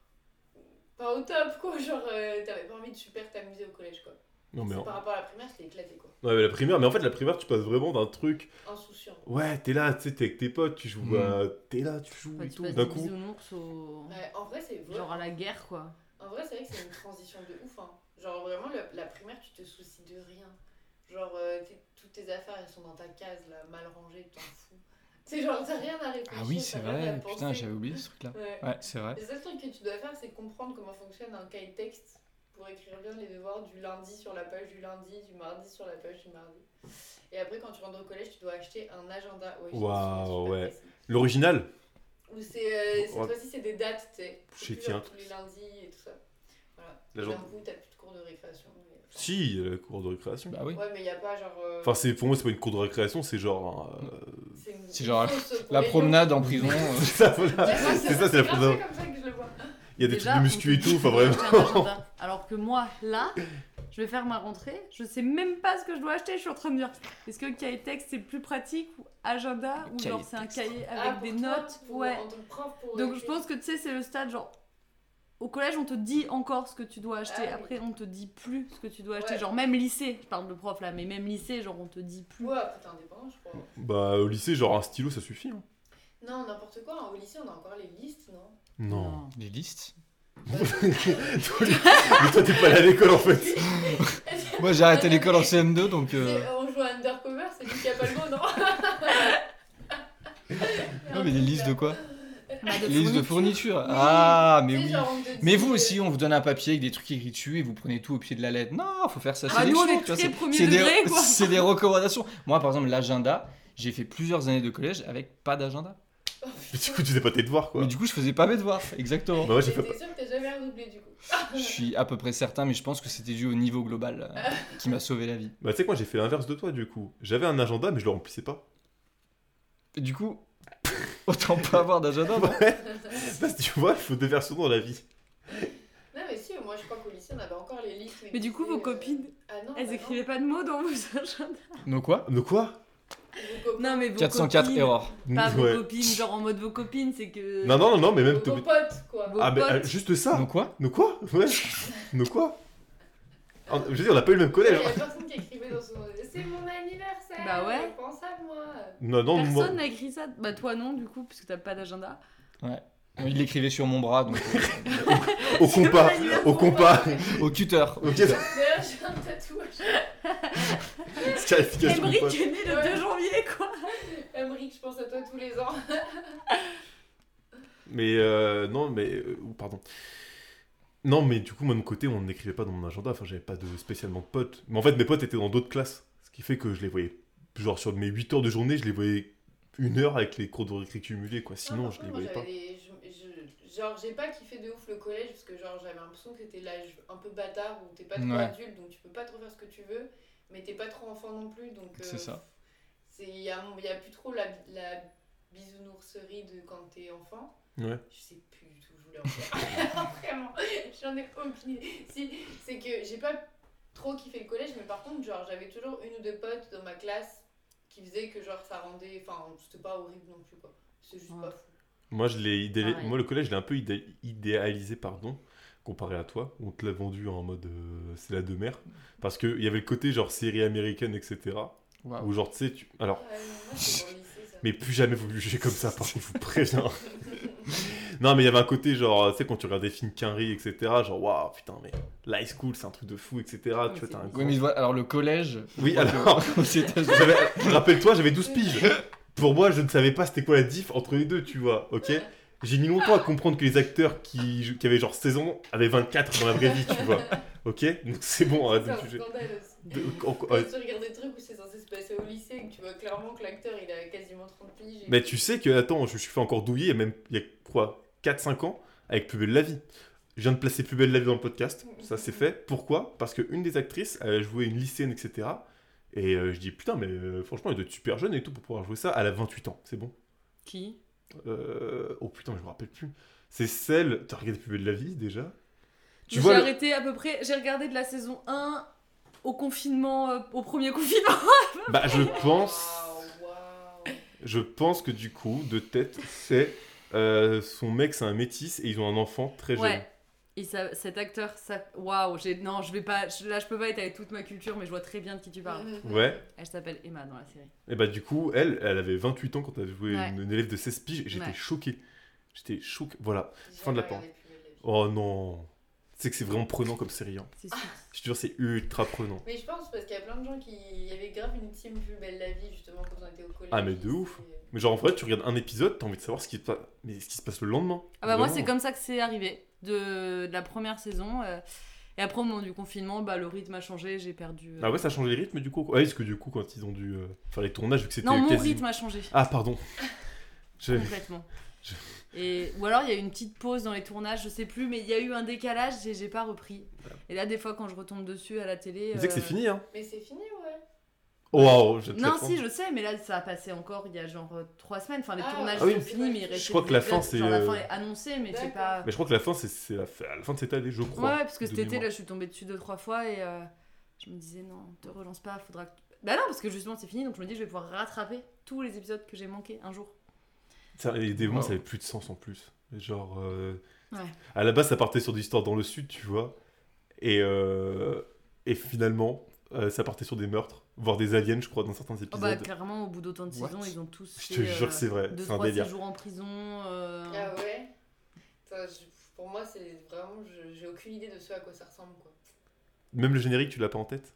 au top, quoi. Genre, t'avais pas envie de super t'amuser au collège, quoi. Non, mais, Par rapport à la primaire, c'était éclaté, quoi. ouais, mais la primaire, mais en fait, la primaire, tu passes vraiment d'un truc. Insouciant. Ouais, t'es là, tu sais, t'es avec tes potes, tu joues à. T'es là, tu joues Ouais, et tu tout. passes D'un des coup. bisounours au. Ouais, en vrai, c'est vrai. Genre à la guerre, quoi. En vrai, c'est vrai que c'est une transition de ouf. Hein. Genre, vraiment, la primaire, tu te soucies de rien. Genre, toutes tes affaires, elles sont dans ta case, là, mal rangées, tu t'en fous. C'est genre, t'as rien à réfléchir. Ah oui c'est t'as rien à vrai. penser. Putain j'avais oublié ce truc là. Ouais. Ouais c'est vrai. Le seul truc que tu dois faire, c'est comprendre comment fonctionne un cahier de texte pour écrire bien les devoirs du lundi sur la page du lundi, du mardi sur la page du mardi. Et après, quand tu rentres au collège, tu dois acheter un agenda. Ouais, j'ai des Waouh, souvenirs super ouais. précis. L'original. Où cette Ouais. fois-ci, c'est des dates, tu sais. C'est Chez plus Tien. genre tous les lundis et tout ça. Voilà. Et L'agenda. d'un coup, t'as plus de cours de récréation. Si, il y a la cour de récréation. Bah oui. Ouais, mais il n'y a pas genre. Enfin, pour moi, c'est pas une cour de récréation, c'est genre. C'est genre fausse pour La les promenade en prison. C'est ça, voilà. gens. Ouais, C'est ça, c'est la grave promenade. comme ça que je le vois. Il y a des Déjà, trucs de muscu on et te tout, dit, enfin faut vraiment. acheter un agenda. Alors que moi, là, je vais faire ma rentrée, je sais même pas ce que je dois acheter. Je suis en train de me dire, est-ce que cahier de texte c'est plus pratique ou agenda ou Cahier genre de c'est un texte. cahier Ah, avec pour des toi, notes. Ouais. En tant que prof, pour Donc je écrire. pense que tu sais, c'est le stade genre. Au collège, on te dit encore ce que tu dois acheter. Ah oui. Après, on te dit plus ce que tu dois acheter. Ouais. Genre, même lycée, je parle de prof là, mais même lycée, genre, on te dit plus. Ouais, après, t'es indépendant, je crois. Bah, au lycée, genre un stylo, ça suffit. Hein. Non, n'importe quoi. Au lycée, on a encore les listes, non? Non. Les listes. Mais toi, t'es pas allé à l'école en fait. Moi j'ai arrêté l'école en CM2 donc. On joue à Undercover, c'est lui qui a pas le mot, non? Non mais les listes de quoi? Bah, de Les listes de fourniture. fourniture. Ah mais Tu sais, oui. genre, on te Mais dit, vous aussi, on vous donne un papier avec des trucs écrits dessus et vous prenez tout au pied de la lettre. Non, faut faire ça. Ah, nous, on est tu vois, très premier c'est degré, quoi. c'est des recommandations. Moi, par exemple, l'agenda, j'ai fait plusieurs années de collège avec pas d'agenda. Oh, Mais du coup, tu faisais pas tes devoirs quoi. Mais du coup, je faisais pas mes devoirs. Exactement. Bah, ouais, j'ai T'es fait. sûr que t'as jamais redoublé du coup? Je suis à peu près certain, mais je pense que c'était dû au niveau global qui m'a sauvé la vie. Bah, tu sais quoi, j'ai fait l'inverse de toi du coup. J'avais un agenda, mais je le remplissais pas. Et du coup, autant pas avoir d'agenda. non Parce que tu vois, il faut deux versions dans la vie. Non, mais si, moi je crois qu'au lycée on avait encore les listes. Mais du coup, qui disaient, vos copines, Ah non, elles bah écrivaient pas de mots dans vos agendas. Donc quoi? De quoi non. Vos copains. Non, mais vos 404 copines, erreurs. Pas vos Ouais. copines, genre en mode vos copines, c'est que. Non, mais même. Vos potes, quoi. Vos Ah, mais potes. juste ça. Donc quoi? Nous quoi? Ouais. Nous quoi? Je veux dire, on a pas eu le même Il collège. y a personne qui écrivait dans son. C'est mon anniversaire! Bah ouais. Pense à moi! Non, moi. Personne n'a écrit ça. Bah, toi non, du coup, puisque t'as pas d'agenda. Il l'écrivait sur mon bras, donc Au compas. Au compas. au cutter. Ok, D'ailleurs, j'ai un tatouage. scarification. Emmerich compas. est né le 2 janvier, quoi. Emmerich, je pense à toi tous les ans. Mais non, mais pardon. Non, mais du coup, moi de mon côté, on n'écrivait pas dans mon agenda. Enfin, j'avais pas spécialement de potes. Mais en fait, mes potes étaient dans d'autres classes. Ce qui fait que je les voyais. Genre, sur mes 8 heures de journée, je les voyais 1 heure avec les cours de récré cumulés, quoi. Sinon, Non, je par les contre, voyais moi, pas. Genre, j'ai pas kiffé de ouf le collège parce que genre j'avais l'impression que c'était l'âge un peu bâtard où t'es pas trop Ouais. adulte donc tu peux pas trop faire ce que tu veux, mais t'es pas trop enfant non plus donc. C'est ça. Il y a plus trop la bisounourserie de quand t'es enfant. Ouais. Je sais plus du tout, je voulais en faire. Vraiment, j'en ai aucune idée. Si, c'est que j'ai pas trop kiffé le collège, mais par contre, genre j'avais toujours une ou deux potes dans ma classe qui faisaient que genre ça rendait. Enfin, c'était pas horrible non plus quoi. C'est juste Ouais. pas fou. Moi, Pareil. Moi, le collège, je l'ai un peu idéalisé, pardon, comparé à toi. On te l'a vendu en mode c'est la demeure. Parce qu'il y avait le côté genre série américaine, etc. Waouh. Où genre, tu sais, alors, Ouais, moi c'est pour le lycée ça. mais plus jamais vous me jugez comme ça, par contre, je vous préviens. Non, mais il y avait un côté genre, tu sais, quand tu regardes des films Quinry, etc. Genre, waouh, putain, mais l'high school, c'est un truc de fou, etc. Tu vois, t'as un Oui, grand. mais voilà, alors le collège. Oui, je crois alors. que aux États-Unis- Rappelle-toi, j'avais 12 piges. Pour moi, je ne savais pas c'était quoi la diff entre les deux, tu vois, ok? J'ai mis longtemps à comprendre que les acteurs qui avaient genre 16 ans avaient 24 dans la vraie vie, tu vois. Ok? Donc c'est bon, arrête de C'est me un juger. scandale aussi. Quand Quand tu regardes des trucs où c'est censé se passer au lycée et que tu vois clairement que l'acteur il a quasiment 30 piges. Mais tu sais que, attends, je me suis fait encore douiller, il y a quoi, 4-5 ans, avec Plus belle la vie. Je viens de placer Plus belle la vie dans le podcast, ça c'est fait. Pourquoi? Parce qu'une des actrices, elle a joué une lycéenne, etc. Et je dis, putain, mais franchement, elle doit être super jeune et tout pour pouvoir jouer ça. Elle a 28 ans, c'est bon. Qui? Oh putain, je me rappelle plus. C'est celle. T'as regardé Plus belle la vie déjà? J'ai arrêté à peu près. J'ai regardé de la saison 1 au confinement, au premier confinement. Bah, Waouh. je pense que du coup, de tête, c'est. Son mec, c'est un métis et ils ont un enfant très jeune. Ouais. Et cet acteur, ça. Waouh, non, je vais pas. Là, je peux pas étaler toute ma culture, mais je vois très bien de qui tu parles. Ouais. Elle s'appelle Emma dans la série. Et bah, du coup, elle avait 28 ans quand elle a joué Ouais. une élève de 16 piges et j'étais Ouais. choqué. J'étais choqué. Voilà. J'ai Fin de la jamais pente. regardé Plus belle la vie. Oh non. Tu sais que c'est vraiment prenant comme série. Hein. C'est sûr. Je te jure, c'est ultra prenant. Mais je pense parce qu'il y a plein de gens qui. Il y avait grave une team Plus belle la vie justement quand on était au collège. Ah, mais de ouf. Mais genre, en vrai, tu regardes un épisode, t'as envie de savoir ce qui se passe le lendemain. Ah bah moi, Vraiment. c'est comme ça que c'est arrivé. De la première saison. Et après, au moment du confinement, bah, le rythme a changé, j'ai perdu. Ah ouais, ça a changé les rythmes du coup. Ouais, parce que du coup, quand ils ont dû faire les tournages, vu que c'était Non, mon quasi. rythme a changé. Ah, pardon. Complètement. Ou alors il y a eu une petite pause dans les tournages, je sais plus, mais il y a eu un décalage et j'ai pas repris. Et là, des fois, quand je retombe dessus à la télé. Tu sais que c'est fini, hein. Mais c'est fini, ouais. Oh, waouh, je vais te Non, l'apprendre. si, je sais, mais là, ça a passé encore il y a genre 3 semaines. Enfin, les Ah, tournages ah oui. sont finis, mais il reste. Je crois que la des fin, épisodes, c'est, genre, la fin est annoncée, mais c'est D'accord. pas. Mais je crois que la fin, c'est à la fin de cette année, je crois. Ouais, parce que de cet été, mémoire. là, je suis tombée dessus 2-3 fois et je me disais, non, te relance pas, faudra que. Bah non, parce que justement, c'est fini, donc je me dis, je vais pouvoir rattraper tous les épisodes que j'ai manqués un jour. Ça, et des moments, Wow. ça avait plus de sens en plus. Genre, Ouais. à la base, ça partait sur des histoires dans le sud, tu vois. Et finalement, ça partait sur des meurtres, voire des aliens, je crois, dans certains Oh épisodes. bah, clairement, au bout d'autant de What saisons, ils ont tous Je te fait, jure que c'est vrai, c'est un 2-3 délire. séjours en prison. Ah ouais. Attends, pour moi, c'est vraiment. J'ai aucune idée de ce à quoi ça ressemble quoi. Même le générique, tu l'as pas en tête?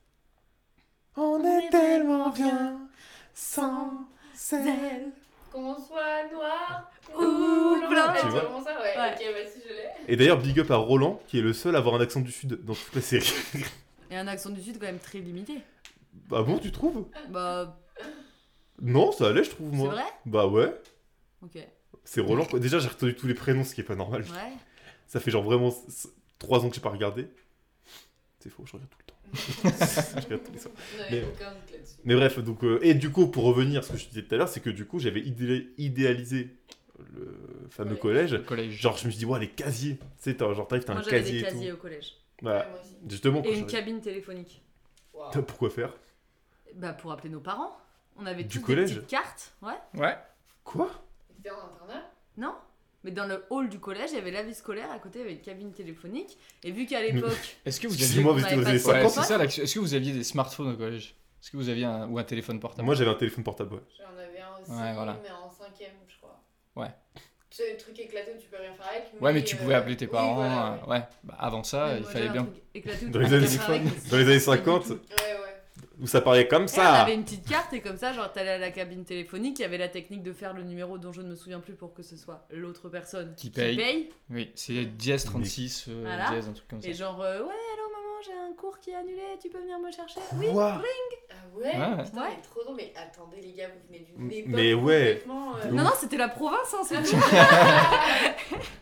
On est tellement bien sans elle. Qu'on soit noir Ou blanc. blanc. Ah, Tu c'est vois vraiment ça, ouais. Ouais. Ok, bah si je l'ai. Et d'ailleurs, big up à Roland, qui est le seul à avoir un accent du sud dans toute la série. Et un accent du sud quand même très limité. Ah bon, tu trouves? Bah, Non, ça allait, je trouve, c'est moi. vrai. Bah ouais, Ok. c'est Roland. Quoi. Déjà, j'ai retenu tous les prénoms, ce qui est pas normal. Ouais. Ça fait genre vraiment 3 ans que j'ai pas regardé. C'est faux, je regarde tout le temps. Je regarde tous les soirs. Non, Mais- il n'y a aucun doute là-dessus. Mais bref, donc, et du coup, pour revenir à ce que je te disais tout à l'heure, c'est que du coup, j'avais idéalisé le fameux collège. Le collège. Genre, je me suis dit, ouais, les casiers. Tu sais, genre, t'arrives, t'as un Moi j'avais casier des et tout. casiers au collège. Voilà. Ouais, moi aussi. Justement, quand Et une j'arrive- cabine téléphonique. Waouh. Pourquoi faire? Bah pour appeler nos parents. On avait Du tous collège des petites cartes. Ouais. Ouais. Quoi? C'était en internat. Non. Mais dans le hall du collège, il y avait la vie scolaire. À côté, il y avait une cabine téléphonique. Et vu qu'à l'époque. Est-ce que vous aviez. Excusez-moi, on vous étiez avait aux pas années de Ouais, 50. c'est ça. Est-ce que vous aviez des smartphones au collège? Est-ce que vous aviez ou un téléphone portable? Moi, j'avais un téléphone portable, ouais. J'en avais un aussi, Ouais, voilà. mais en 5ème, je crois. Ouais. Tu sais, le truc éclaté où tu peux rien faire avec. Ouais, mais tu pouvais appeler tes oui, parents. voilà, ouais. Ouais. Bah, avant ça, Moi, il j'avais fallait un bien. truc éclaté où Dans tu les pouvais années rien faire avec, mais Dans les années c'était pas du 50, tout. Ouais, ouais. où ça parlait comme Et on ça. avait une petite carte et comme ça, genre t'allais à la cabine téléphonique, il y avait la technique de faire le numéro dont je ne me souviens plus pour que ce soit l'autre personne Qui paye. paye. Oui, c'est dièse 36, Voilà. dièse, un truc comme ça. Et genre, ouais, allô maman, j'ai un cours qui est annulé, tu peux venir me chercher? Oui. Quoi? Ah ouais, Ouais. putain, Ouais. mais trop drôle. Mais attendez, les gars, vous venez d'une Mais époque ouais. complètement. De Non, non, c'était la province, hein, c'est tout.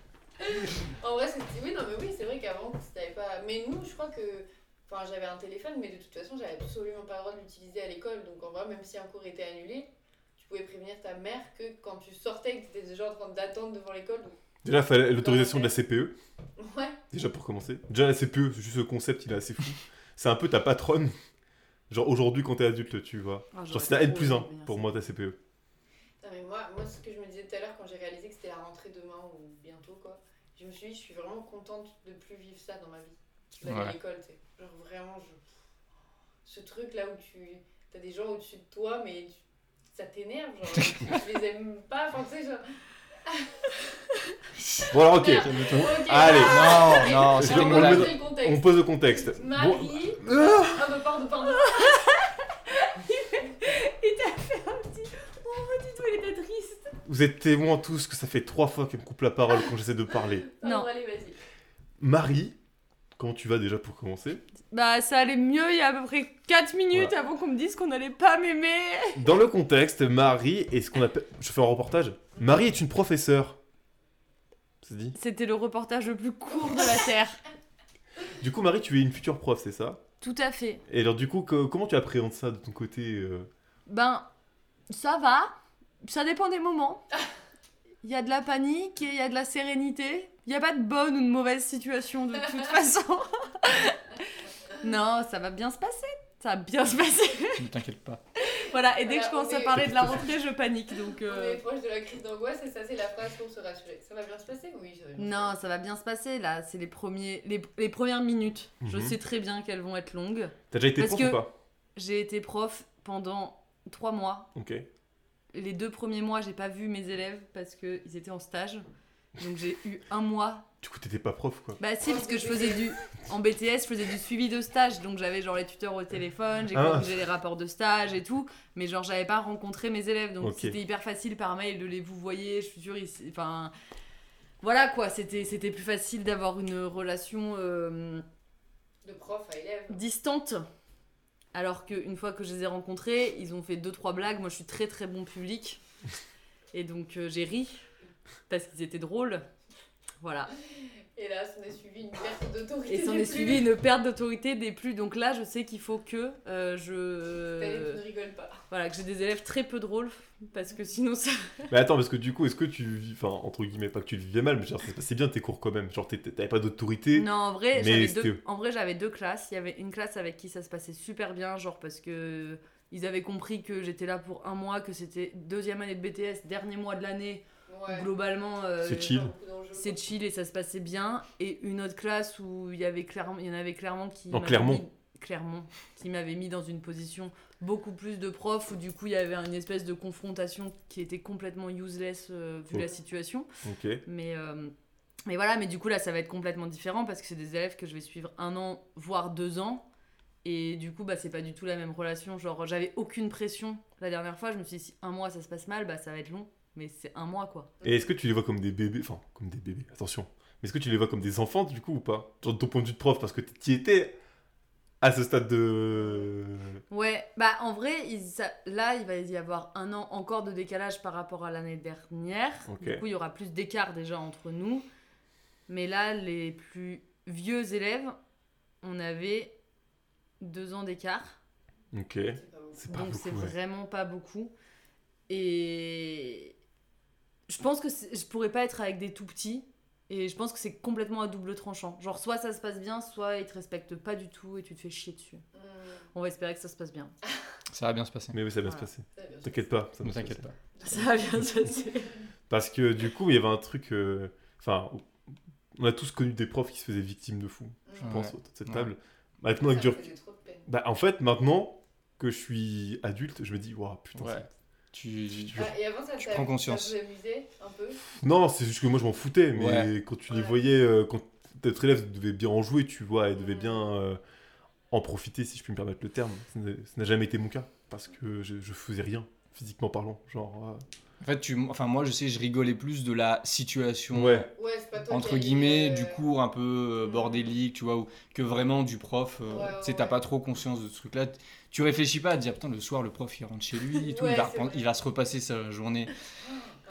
En vrai, oui, non, mais oui, c'est vrai qu'avant, t'avais pas. Mais nous, je crois que. Enfin, j'avais un téléphone, mais de toute façon, j'avais absolument pas le droit de l'utiliser à l'école. Donc, en vrai, même si un cours était annulé, tu pouvais prévenir ta mère que quand tu sortais, que t'étais déjà en train d'attendre devant l'école. Donc... Déjà, il fallait l'autorisation de la CPE. Ouais. Déjà, pour commencer. Déjà, la CPE, juste le concept, il est assez fou. C'est un peu ta patronne. Genre, aujourd'hui, quand t'es adulte, tu vois. Genre, c'est ta N+1 pour moi, ta CPE. Non, mais moi, ce que je me disais tout à l'heure, quand j'ai réalisé que c'était la rentrée demain ou bientôt, quoi, je me suis dit, je suis vraiment contente de plus vivre ça dans ma vie. D'aller à l'école, tu sais. Genre, vraiment, ce truc là où t'as des gens au-dessus de toi, mais ça t'énerve, genre, tu les aimes pas, enfin, tu sais, genre. Bon, alors, ok. Allez, non, c'était une blague. On pose le contexte. Marie. Bon. Ah, bah, pardon. Il t'a fait un petit. Oh, dis-toi, il était triste. Vous êtes témoins tous que ça fait 3 fois qu'elle me coupe la parole quand j'essaie de parler. Non, allez, vas-y. Marie, comment tu vas déjà pour commencer? Bah, ça allait mieux il y a à peu près 4 minutes Voilà. avant qu'on me dise qu'on allait pas m'aimer. Dans le contexte, Marie est ce qu'on appelle... Je fais un reportage. Marie est une professeure. C'est dit? C'était le reportage le plus court de la Terre. Du coup, Marie, tu es une future prof, c'est ça? Tout à fait. Et alors, du coup, comment tu appréhendes ça de ton côté Ben, ça va. Ça dépend des moments. Il y a de la panique et il y a de la sérénité. Il n'y a pas de bonne ou de mauvaise situation de toute façon. Non, ça va bien se passer. Ça va bien se passer. Ne t'inquiète pas. Voilà, et dès que je Voilà, commence à parler de la rentrée, je panique. Donc, On est proche de la crise d'angoisse et ça, c'est la phrase pour se rassurer. Ça va bien se passer? Oui, ça va bien se Non, ça va bien se passer là. C'est les premières minutes. Je Mhm. sais très bien qu'elles vont être longues. T'as déjà été Parce prof que- ou pas? J'ai été prof pendant 3 mois. Ok. Les 2 premiers mois, j'ai pas vu mes élèves parce qu'ils étaient en stage. Donc j'ai eu 1 mois. Du coup, t'étais pas prof, quoi. Bah si, parce que je faisais en BTS, je faisais du suivi de stage. Donc j'avais genre les tuteurs au téléphone, j'ai corrigé les rapports de stage et tout. Mais genre j'avais pas rencontré mes élèves. Donc Ok. c'était hyper facile par mail de les vous voyez. Je suis sûre, enfin... Voilà quoi, c'était plus facile d'avoir une relation de prof à élève. distante. Alors qu'une fois que je les ai rencontrés, ils ont fait 2-3 blagues. Moi je suis très très bon public. Et donc j'ai ri. Parce qu'ils étaient drôles. Voilà. Et là, s'en est suivi une perte d'autorité. Et s'en des est plus. suivi une perte d'autorité des plus. Donc là, je sais qu'il faut que Tu ne rigoles pas. Voilà, que j'ai des élèves très peu drôles. Parce que sinon ça... Mais attends, parce que du coup, est-ce que tu vis... Enfin, entre guillemets, pas que tu le vivais mal, mais genre, c'est bien tes cours quand même. Genre, t'avais pas d'autorité. Non, en vrai, mais j'avais 2 classes. Il y avait une classe avec qui ça se passait super bien. Genre parce que ils avaient compris que j'étais là pour 1 mois, que c'était 2e année de BTS, dernier mois de l'année. Ouais. Globalement, C'est chill. c'est chill et ça se passait bien. Et une autre classe où il y en avait clairement qui En Clermont, qui m'avait mis dans une position beaucoup plus de prof, où du coup il y avait une espèce de confrontation qui était complètement useless vu la situation. Ok. Mais voilà, mais du coup là ça va être complètement différent parce que c'est des élèves que je vais suivre 1 an, voire 2 ans. Et du coup, bah, c'est pas du tout la même relation. Genre, j'avais aucune pression la dernière fois. Je me suis dit, si 1 mois ça se passe mal, bah ça va être long. Mais c'est 1 mois quoi. Et est-ce que tu les vois comme des bébés? Enfin, comme des bébés, attention. Mais est-ce que tu les vois comme des enfants, du coup, ou pas? Genre, de ton point de vue de prof, parce que tu étais à ce stade de... Ouais, bah en vrai, là il va y avoir 1 an encore de décalage par rapport à l'année dernière. Ok. Du coup, il y aura plus d'écart déjà entre nous. Mais là, les plus vieux élèves, on avait 2 ans d'écart. Ok. C'est pas Donc beaucoup, c'est ouais. vraiment pas beaucoup. Et je pense que je pourrais pas être avec des tout petits. Et je pense que c'est complètement à double tranchant. Genre soit ça se passe bien, soit ils te respectent pas du tout et tu te fais chier dessus. On va espérer que ça se passe bien. Ça va bien se passer. Mais oui, ça va se Voilà. passer. T'inquiète pas. Ça va Ne se t'inquiète passer. pas. Ça va bien se passer. Parce que du coup, il y avait un truc... Enfin, on a tous connu des profs qui se faisaient victimes de fous, je Ouais. pense, autour de cette Ouais. table. Maintenant, avec du Ça me recul- faisait trop de peine. Bah, en fait, maintenant que je suis adulte, je me dis, waouh, putain, Ouais. c'est- Tu... Ah, et avant, ça Tu prends conscience. Ça vous amusait un peu? Non, c'est juste que moi, je m'en foutais, mais Ouais. quand tu les Ouais. voyais, quand notre élève devait bien en jouer, tu vois, elle devait bien en profiter, si je puis me permettre le terme. Ça n'a jamais été mon cas, parce que je faisais rien, physiquement parlant. Genre, En fait, moi, je sais, je rigolais plus de la situation, ouais, Ouais, c'est pas toi entre qui as guillemets, dit, du cours un peu bordélique, tu vois, que vraiment du prof. Ouais, Tu sais, ouais, t'as ouais. pas trop conscience de ce truc-là. Tu réfléchis pas à te dire, putain, le soir, le prof, il rentre chez lui et tout, Ouais, il, va c'est reprendre- vrai. il va se repasser sa journée.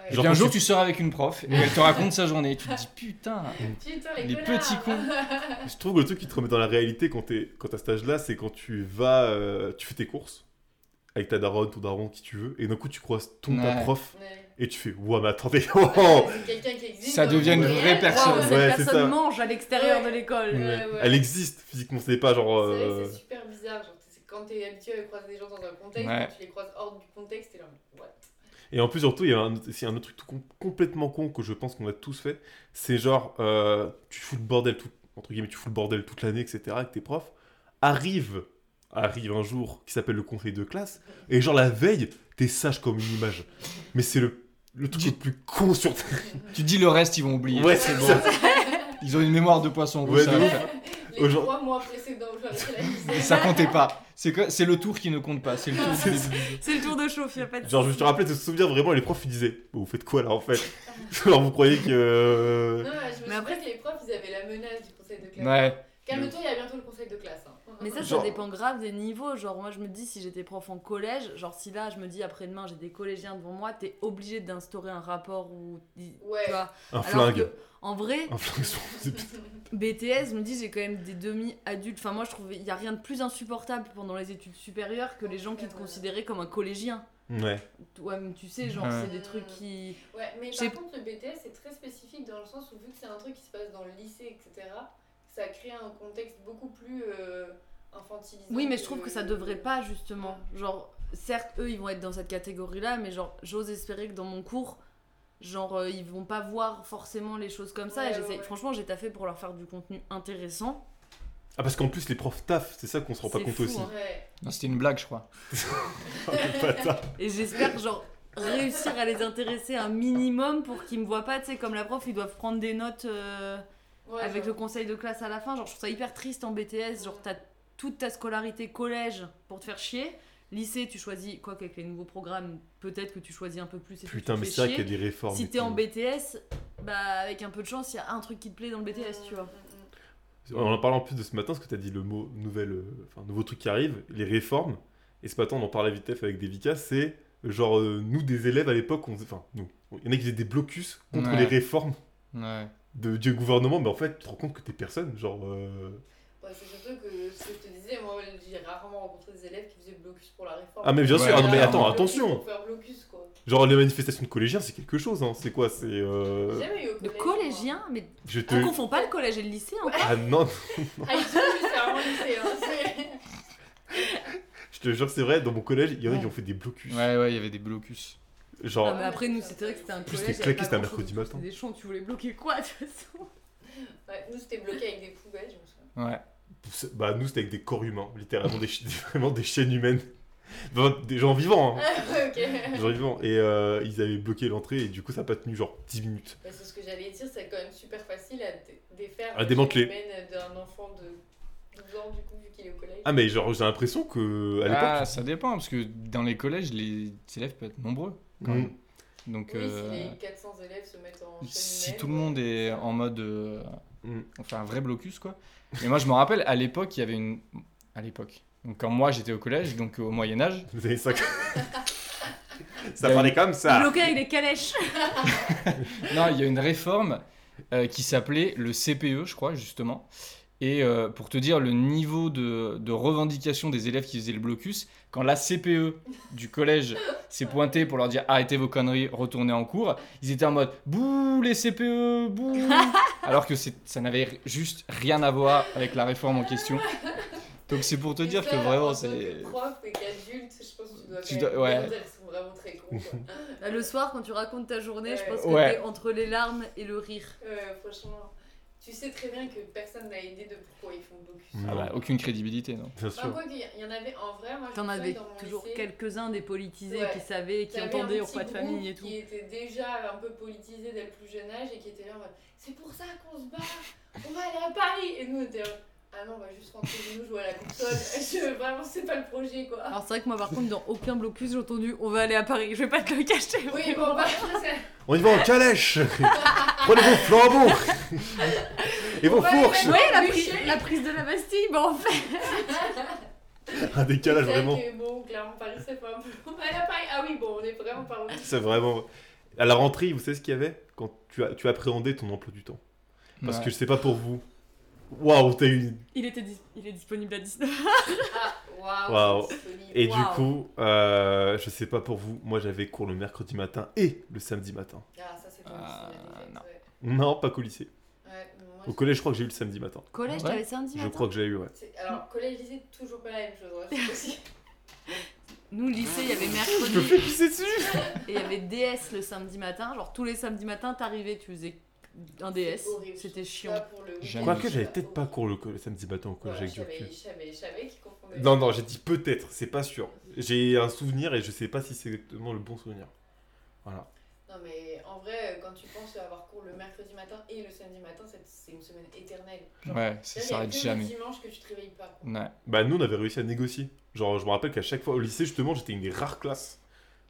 Et Genre puis un quand jour, tu- tu sors avec une prof et elle te raconte sa journée. Tu te dis putain, Putain, les connards. petits cons. Je trouve que le truc qui te remet dans la réalité quand t'as cet âge-là, c'est quand tu vas, tu fais tes courses avec ta daronne, ton daron, qui tu veux, et d'un coup tu croises ta Ouais. prof, Ouais. et tu fais, ouah, mais attendez, C'est quelqu'un qui existe. Ça dans le devient une monde vraie réel. personne. Waouh, cette Ouais, c'est personne ça. mange à l'extérieur Ouais. de l'école. Ouais. elle existe physiquement, c'est pas genre... C'est vrai que c'est super bizarre. Genre, c'est quand t'es habitué à croiser des gens dans un contexte, Ouais. quand tu les croises hors du contexte, t'es là. What? Et en plus, surtout, il y a un autre truc complètement con que je pense qu'on a tous fait, c'est genre, tu fous le bordel, entre guillemets, tu fous le bordel toute l'année, etc., avec tes profs, arrive un jour qui s'appelle le conseil de classe, et genre la veille, t'es sage comme une image. Mais c'est le truc le plus con sur Terre. Tu te dis le reste, ils vont oublier. Ouais, c'est c'est bon. ça. Ils ont une mémoire de poisson rouge. Ouais, ça de va ouf. faire. Les Genre- 3 mois précédents où j'avais la misère. Ça comptait pas. C'est le tour qui ne compte pas. C'est le tour C'est du ça. début. C'est le tour de chauffe, y a pas de Genre, je te rappelais de se souvenir vraiment, les profs ils disaient, vous faites quoi là en fait? Genre, vous croyez que. Non, je me Mais après- souviens que les profs, ils avaient la menace du conseil de classe. Ouais. Calme-toi, il y a bientôt le conseil de classe. Hein. Mais ça Genre- dépend grave des niveaux. Genre, moi, je me dis, si j'étais prof en collège, genre, si là, je me dis, après-demain, j'ai des collégiens devant moi, t'es obligé d'instaurer un rapport où. Ouais. Tu vois. Un Alors flingue. que, en vrai, Un flingue sur. BTS, je me dis, j'ai quand même des demi-adultes. Enfin, moi, je trouve, il y a rien de plus insupportable pendant les études supérieures que les gens qui te considéraient comme un collégien. Ouais. Ouais, mais tu sais, genre, Ouais. c'est des trucs qui. Ouais, mais J'ai- par contre, le BTS, c'est très spécifique dans le sens où, vu que c'est un truc qui se passe dans le lycée, etc., ça crée un contexte beaucoup plus infantilisant. Oui, mais je trouve que ça devrait pas, justement. Genre, certes, eux, ils vont être dans cette catégorie-là, mais genre, j'ose espérer que dans mon cours, genre, ils vont pas voir forcément les choses comme ça. Ouais, Et j'essaie, ouais. franchement, j'ai taffé pour leur faire du contenu intéressant. Ah, parce qu'en plus, les profs taffent, c'est ça qu'on se rend pas C'est compte fou, aussi. hein. Ouais. Non, c'était une blague, je crois. Et j'espère, genre, réussir à les intéresser un minimum pour qu'ils me voient pas, tu sais, comme la prof, ils doivent prendre des notes Ouais, avec genre. le conseil de classe à la fin. Genre, je trouve ça hyper triste en BTS. Genre, t'as toute ta scolarité collège pour te faire chier. Lycée, tu choisis, quoi qu'avec les nouveaux programmes, peut-être que tu choisis un peu plus et que Putain, tu te mais fais c'est vrai chier. qu'il y a des réformes. Si et t'es en tout. BTS, bah avec un peu de chance, il y a un truc qui te plaît dans le BTS, tu vois. En parlant plus de ce matin, parce que t'as dit le mot nouveau truc qui arrive, les réformes. Et ce matin, on en parlait vite fait avec Devika, c'est genre, nous, des élèves à l'époque, enfin, nous, il y en a qui faisaient des blocus contre Ouais. les réformes Ouais. du gouvernement, mais en fait, tu te rends compte que t'es personne, genre. Ouais, c'est surtout que ce que je te disais, moi j'ai rarement rencontré des élèves qui faisaient blocus pour la réforme. Ah, mais bien Ouais, sûr, ah, non, mais ouais, attends, ouais. attention! Pour faire blocus, quoi. Genre, les manifestations de collégiens, c'est quelque chose, hein, c'est quoi? C'est. J'ai jamais eu au Le collège. collégien, mais Je te. on confond pas le collège et le lycée encore. Ah non, moi. High school, c'est vraiment lycée. Hein. je te jure, c'est vrai, dans mon collège, il y en a qui Ouais. ont fait des blocus. Ouais, il y avait des blocus. Genre. Ah, mais après, nous, c'est vrai que c'était un Plus, collège. c'était il y avait claqué, pas c'était un grand-chose, mercredi matin. C'était des champs, tu voulais bloquer quoi, de toute façon. Ouais, nous c'était bloqué avec des poubelles, je me souviens. Ouais. Bah, nous, c'était avec des corps humains, littéralement, vraiment des chaînes humaines. Enfin, des gens vivants, hein. Ok. Des gens vivants. Et ils avaient bloqué l'entrée, et du coup, ça n'a pas tenu genre 10 minutes. Bah, c'est ce que j'allais dire, c'est quand même super facile à défaire. À démanteler. la chaîne humaine d'un enfant de 12 ans, du coup, vu qu'il est au collège. Ah, mais genre, j'ai l'impression que à l'époque. Ah, ça dépend, parce que dans les collèges, les élèves peuvent être nombreux, quand Mm. même. Donc, Oui, si les 400 élèves se mettent en chaîne si humaine, tout le monde est ça- en mode... Mm. on fait un vrai blocus, quoi. Et moi, je me rappelle, à l'époque, il y avait une... À l'époque. Donc, quand moi, j'étais au collège, donc au Moyen-Âge, Vous avez ça. Il y Ça a parlait comme ça. Bloqué avec des calèches. non, il y a une réforme qui s'appelait le CPE, je crois, justement. Et pour te dire le niveau de revendication des élèves qui faisaient le blocus, quand la CPE du collège s'est pointée pour leur dire arrêtez vos conneries, retournez en cours, ils étaient en mode bouh les CPE, bouh alors que ça n'avait juste rien à voir avec la réforme en question. Donc c'est pour te Et dire ça, que vraiment en tant c'est... que prof et qu'adulte, je pense que tu dois Tu quand dois- même ouais. dire, elles sont vraiment très cons. Quoi. Le soir, quand tu racontes ta journée, je pense que Ouais. t'es entre les larmes et le rire. Franchement, tu sais très bien que personne n'a idée de pourquoi ils font le blocus. Mm. Ah bah, aucune crédibilité, non. Bien Enfin, sûr. quoi qu'il y en avait en vrai, moi je T'en me souviens avais dans mon toujours lycée, quelques-uns des politisés Ouais. qui savaient, qui t'avais entendaient un au pas de petit famille groupe et tout. qui était déjà un peu politisé dès le plus jeune âge et qui était là en mode c'est pour ça qu'on se bat, on va aller à Paris. Et nous on était là, ah non, on va juste rentrer chez nous jouer à la console. Vraiment, c'est pas le projet quoi. Alors c'est vrai que moi par contre dans aucun blocus j'ai entendu on va aller à Paris, je vais pas te le cacher. Oui, bon, bah, On y va en calèche. Prenez vos flambeaux. Et vos On va aller fourches. mettre- Ouais, Bûcher. la prise de la Bastille, bah en fait. Un décalage c'est vrai vraiment. que, bon, clairement, Paris c'est pas un peu. On va aller à Paris. Ah oui, bon, on est vraiment pas loin. C'est vraiment. À la rentrée, vous savez ce qu'il y avait quand tu appréhendais ton emploi du temps. Parce Ouais. que je sais pas pour vous. Waouh, t'as eu. Il est disponible à 19. Ah, Waouh. waouh, c'est solide. Et Waouh. du coup, je sais pas pour vous, moi j'avais cours le mercredi matin et le samedi matin. Ah, ça c'est ton Ah, lycée, la défaite, non. ouais. Non, pas qu'au lycée. Ouais, moi, Au collège, je crois que j'ai eu le samedi matin. Collège, Ouais. t'avais samedi Je matin. crois que j'ai eu, ouais. Alors, collège-lycée, toujours pas la même chose. hein, c'est possible. Nous, le lycée, il y avait Je me mercredi fais pisser dessus. et il y avait DS le samedi matin. Genre, tous les samedis matins, t'arrivais, tu faisais un DS. C'est horrible, C'était je trouve chiant. ça pour le week-end, Jamais. Quoique, c'est j'avais pas peut-être pas horrible. cours le samedi matin au collège Ouais, avec du recul. je savais qui confondait. Non, non, j'ai dit peut-être, c'est pas sûr. J'ai un souvenir et je sais pas si c'est exactement le bon souvenir. Voilà. Non, mais en vrai, quand tu penses avoir cours le mercredi matin et le samedi matin, c'est une semaine éternelle. Genre, Ouais, ça là, il y a s'arrête que jamais. le dimanche que tu te réveilles pas. Quoi. Ouais. Bah, nous, on avait réussi à négocier. Genre, je me rappelle qu'à chaque fois au lycée, justement, j'étais une des rares classes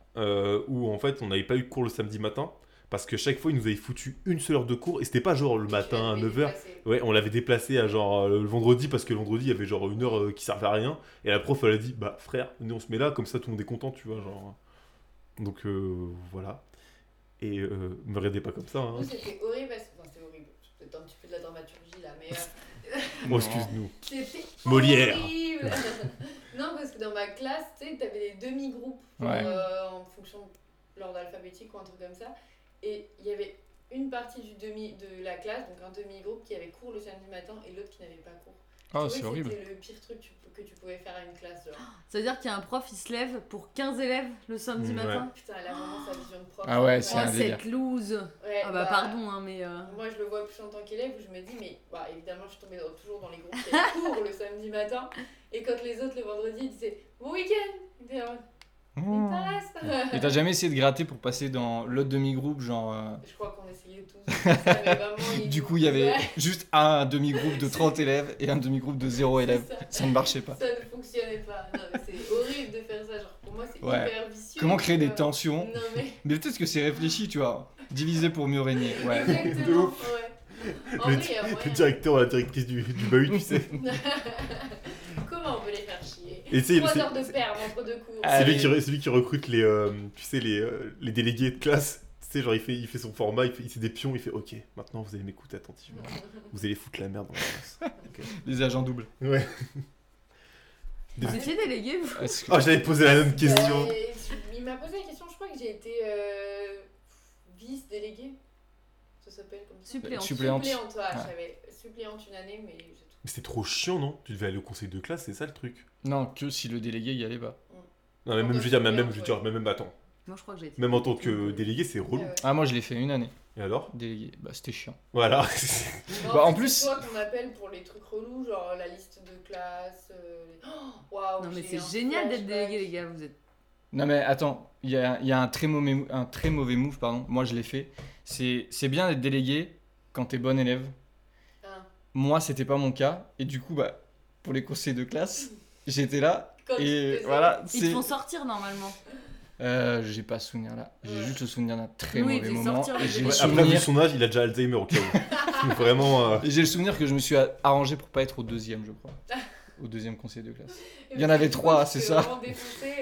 où en fait, on n'avait pas eu de cours le samedi matin. Parce que chaque fois, ils nous avaient foutu une seule heure de cours et c'était pas genre le matin à 9h. Ouais, on l'avait déplacé à genre le vendredi parce que le vendredi, il y avait genre une heure qui servait à rien. Et la prof, elle a dit, bah frère, venez, on se met là, comme ça tout le monde est content, tu vois. Genre. Donc voilà. Et me regardez pas comme ça. Hein. Nous, c'était horrible. Enfin, c'était horrible. C'est peut-être un petit peu de la dramaturgie là, mais Bon, Non. excuse-nous. c'était Molière. horrible. Non, parce que dans ma classe, tu sais, t'avais des demi-groupes Ouais. en fonction de l'ordre alphabétique ou un truc comme ça. Et il y avait une partie de la classe, donc un demi-groupe qui avait cours le samedi matin et l'autre qui n'avait pas cours. Oh, Je c'est trouvais que horrible. C'était le pire truc que tu pouvais faire à une classe. Genre. Ça veut dire qu'il y a un prof, il se lève pour 15 élèves le samedi Ouais. matin. Putain, elle a vraiment sa vision de prof. Ah ouais, c'est Oh, un délire. cette loose. Ouais, Ah bah pardon, hein, mais... Moi, je le vois plus en tant qu'élève où je me dis, mais bah, évidemment, je suis tombée toujours dans les groupes qui avaient cours le samedi matin. Et quand les autres, le vendredi, ils disaient bon week-end, ils disaient, Oh. il passe. Et t'as jamais essayé de gratter pour passer dans l'autre demi-groupe, genre. Je crois qu'on essayait tous. Ça, mais vraiment, ils Du nous coup, il y avait disaient, juste un demi-groupe de 30 élèves et un demi-groupe de 0 élèves. ça. Ça ne marchait pas. Ça ne fonctionnait pas. Non, mais c'est horrible de faire ça. Genre, pour moi, c'est Ouais. hyper vicieux. Comment créer tu des vois. tensions Non, mais. Mais peut-être que c'est réfléchi, tu vois. Diviser pour mieux régner. Ouais. Exactement. Ouais. En Le, vrai, il y a moyen. le directeur ou la directrice du bahut, tu sais. Comment on peut les faire chier Et tu sais, 3 heures de perme entre deux cours. Ah, c'est lui qui recrute les, tu sais, les délégués de classe. Tu sais, genre, il fait son format, il fait des pions, il fait ok, maintenant vous allez m'écouter attentivement. Vous allez foutre la merde dans la classe. Ok. Les agents doubles. Ouais. Vous étiez délégué, vous Est-ce que- Oh, j'avais posé la même question. Ouais, il m'a posé la question, je crois que j'ai été vice-déléguée. Ça s'appelle comme ça. Suppléante. Suppléante. Suppléante, ouais, Ouais. j'avais suppléante une année, mais c'est tout. Mais c'était trop chiant, non? Tu devais aller au conseil de classe, c'est ça le truc? Non, que si le délégué y allait pas. Non, mais même, je veux dire, même, attends. Moi, je crois que j'ai été... Même en tant que délégué, c'est relou. Ouais, ouais. Ah, moi je l'ai fait une année. Et alors? Délégué. Bah, c'était chiant. Voilà. Non, Bah, en c'est plus- toi qu'on appelle pour les trucs relous, genre la liste de classe. Oh, waouh, Non, mais j'ai c'est un génial d'être flashback. délégué, les gars, vous êtes... Non, mais attends, il y a un très mauvais move, pardon. Moi je l'ai fait. C'est bien d'être délégué quand t'es bon élève. Hein. Moi, c'était pas mon cas. Et du coup, bah, pour les conseils de classe, j'étais là. Quand tu Et faisais- voilà, Ils te c'est. font sortir, normalement. J'ai pas ce souvenir là. J'ai Ouais. juste le souvenir d'un très Oui, mauvais il faisait moment. sortir Et les j'ai le élèves. Après, vu souvenir. son âge, il a déjà Alzheimer au cas où. Donc, vraiment. Et j'ai le souvenir que je me suis arrangé pour pas être au deuxième, je crois. Au deuxième conseil de classe. Et Il y en parce avait que trois, toi, c'est tu ça. t'es vraiment défoncé,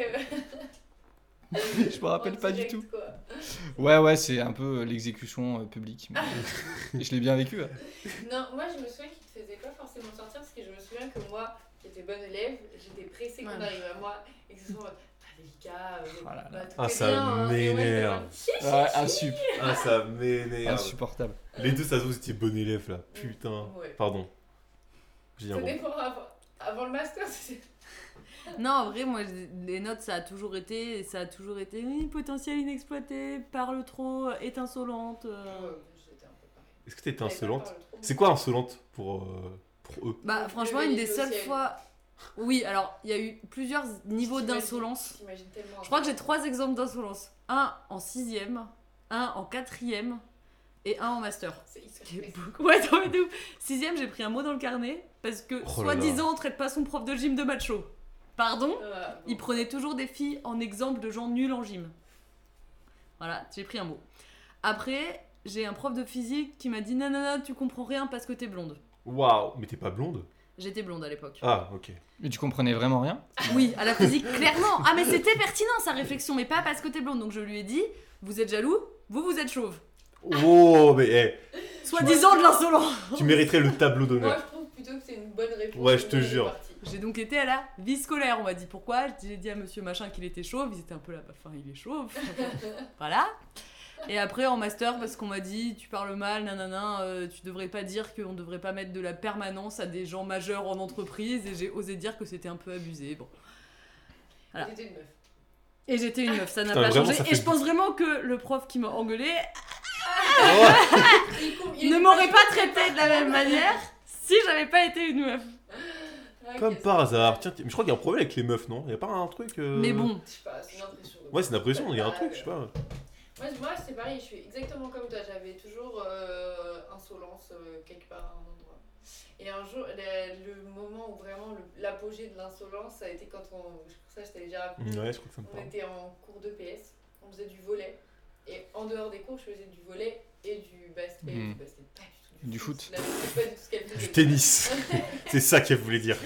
Je me rappelle en pas du direct, tout. quoi. Ouais, c'est un peu l'exécution publique. Mais je l'ai bien vécu. Hein. Non, moi je me souviens qu'il te faisait pas forcément sortir parce que je me souviens que moi, qui étais bonne élève, j'étais pressée qu'on Ouais. arrive à moi et que ce soit pas délicat. Oh là là. bah, tout Ah, est ça bien, hein, et moi, j'étais m'énerve. là, Ouais, Ah, ça m'énerve. insupportable. Les deux, ça se voit, c'était bon élève là. Putain. Ouais. Pardon. J'ai dit un Ça bon. dépend avant le master. Non, en vrai, moi, les notes, ça a toujours été, oui, potentiel inexploité, parle trop, est insolente. J'étais un peu pareil. Est-ce que t'étais J'avais pas insolente? parlé trop. C'est quoi insolente pour eux? Bah, Le franchement, lever une les des seules sociales. fois... Oui, alors, il y a eu plusieurs niveaux T'imagines- d'insolence. t'imagines tellement Je crois que j'ai 3 exemples d'insolence. Un en 6ème, un en 4ème et un en master. C'est hyper Qui est stressant. beaucoup. Ouais, non, mais de ouf. 6ème, j'ai pris un mot dans le carnet parce que, Oh là là. soi-disant, on traite pas son prof de gym de macho. Pardon? Ah, bon. Il prenait toujours des filles en exemple de gens nuls en gym. Voilà, j'ai pris un mot. Après, j'ai un prof de physique qui m'a dit non, non, non, tu comprends rien parce que t'es blonde. Waouh, mais t'es pas blonde? J'étais blonde à l'époque. Ah, ok. Mais tu comprenais vraiment rien? Oui, à la physique, clairement. Ah, mais c'était pertinent sa réflexion, mais pas parce que t'es blonde. Donc je lui ai dit, vous êtes jaloux? vous êtes chauve. Oh, mais Soi-disant de l'insolent. tu mériterais le tableau Moi, d'honneur. je trouve plutôt que c'est une bonne réponse. Ouais, je une te bonne jure. répartie. J'ai donc été à la vie scolaire, on m'a dit pourquoi. J'ai dit à monsieur machin qu'il était chauve, ils étaient un peu là, enfin il est chauve. Voilà. Et après en master, parce qu'on m'a dit tu parles mal, nanana, tu devrais pas dire qu'on devrait pas mettre de la permanence à des gens majeurs en entreprise, et j'ai osé dire que c'était un peu abusé. Bon. Voilà. J'étais une meuf. Et j'étais une meuf, ça n'a Putain, pas vraiment, changé. ça fait Et je pense vraiment que le prof qui m'a engueulé Il ne est m'aurait pas chaud, traité de la même manière si j'avais pas été une meuf. Ouais, Comme qu'est-ce par que hasard. c'est? Tiens, mais je crois qu'il y a un problème avec les meufs, non? Il y a pas un truc. Mais bon, Je sais pas, c'est une impression. Ouais, c'est une impression, il y a un truc, je sais pas. Moi c'est pareil, je suis exactement comme toi. J'avais toujours insolence quelque part à un endroit. Et un jour, le moment où vraiment l'apogée de l'insolence, ça a été quand ça je t'avais déjà raconté. Ouais, je crois que ça me On parle. était en cours de PS, on faisait du volley. Et en dehors des cours, je faisais du volley et du basket. Mhm. Du basket, pas du tout. Du foot. Là, c'est pas du tout ce qu'elle faisait. Du tennis. C'est ça qu'elle voulait dire.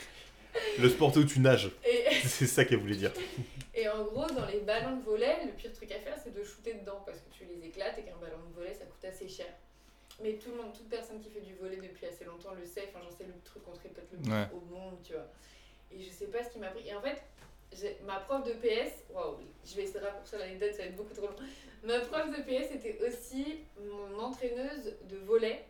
Le sport où tu nages. Et, C'est ça qu'elle voulait dire. et en gros, dans les ballons de volley, le pire truc à faire, c'est de shooter dedans parce que tu les éclates et qu'un ballon de volley, ça coûte assez cher. Mais tout le monde, toute personne qui fait du volley depuis assez longtemps le sait. Enfin, j'en sais le truc qu'on répète le plus Ouais. au monde, tu vois. Et je sais pas ce qui m'a pris. Et en fait, ma prof de PS, waouh, je vais essayer de raccourcir l'anecdote, ça va être beaucoup trop long. Ma prof de PS était aussi mon entraîneuse de volley.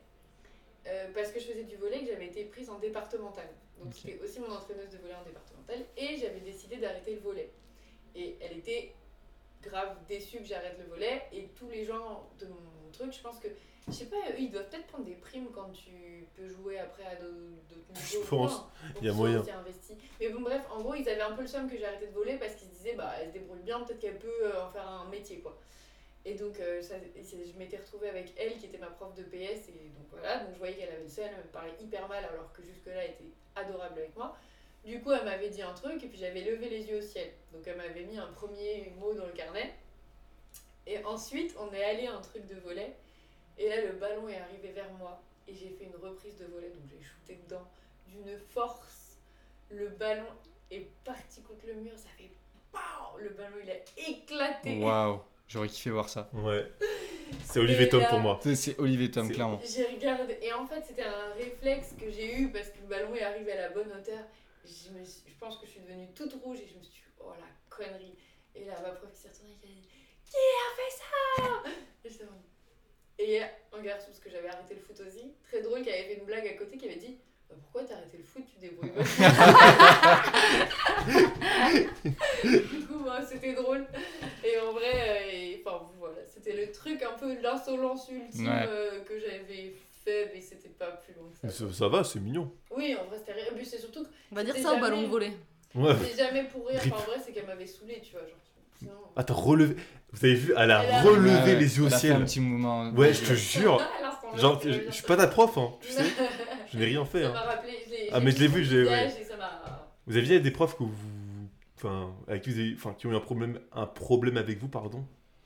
Parce que je faisais du volley et que j'avais été prise en départemental. Donc Ok. c'était aussi mon entraîneuse de volley en départemental. Et j'avais décidé d'arrêter le volley. Et elle était grave déçue que j'arrête le volley. Et tous les gens de mon truc, je pense que, je sais pas, eux, ils doivent peut-être prendre des primes quand tu peux jouer après à d'autres niveaux. Je pense. Enfin, Il y a pour moyen. ça, on s'y investit. Mais bon, bref, en gros, ils avaient un peu le seum que j'ai arrêté de volley parce qu'ils se disaient, bah, elle se débrouille bien, peut-être qu'elle peut en faire un métier, quoi. Et donc, je m'étais retrouvée avec elle qui était ma prof de PS. Et donc voilà, donc je voyais qu'elle avait le seum, elle me parlait hyper mal alors que jusque-là, elle était adorable avec moi. Du coup, elle m'avait dit un truc et puis j'avais levé les yeux au ciel. Donc, elle m'avait mis un premier mot dans le carnet. Et ensuite, on est allé à un truc de volley. Et là, le ballon est arrivé vers moi. Et j'ai fait une reprise de volley. Donc, j'ai shooté dedans d'une force. Le ballon est parti contre le mur. Ça fait PAU. Le ballon, il a éclaté. Waouh, j'aurais kiffé voir ça. Ouais. C'est Olivier Tom là- pour moi. C'est Olivier Tom, C'est- clairement. J'ai regardé. Et en fait, c'était un réflexe que j'ai eu parce que le ballon est arrivé à la bonne hauteur. Je pense que je suis devenue toute rouge et je me suis dit, oh la connerie. Et là, ma prof qui s'est retournée, qui a dit, qui a fait ça? Et j'étais en mode- Et il y a un garçon, parce que j'avais arrêté le foot aussi, très drôle, qui avait fait une blague à côté, qui avait dit, bah, pourquoi t'as arrêté le foot, tu débrouilles pas. Du coup, bah, c'était drôle. Et en vrai, enfin voilà, c'était le truc un peu l'insolence ultime Ouais. que j'avais fait, mais c'était pas plus long que Mais ça. ça va, c'est mignon. Oui, en vrai, c'était rien. Mais c'est surtout que on va dire C'était ça au ballon jamais- de volley. Ouais. c'est jamais pour rire. Enfin, en vrai, c'est qu'elle m'avait saoulée, tu vois. Genre, sinon. Ah, t'as relevé. Vous avez vu, elle a Elle a- relevé Ouais, les yeux au elle a fait ciel. un petit mouvement. Ouais, je te jure. À l'instant même, Genre, c'était je suis pas ta prof, hein, tu sais. Ça Je n'ai rien fait. Hein. m'a rappelé. Ah, mais je l'ai vu, j'ai ouais. et ça m'a. Vous aviez des profs que vous. Enfin, avec qui vous avez. Enfin, qui ont eu un problème avec vous, pardon.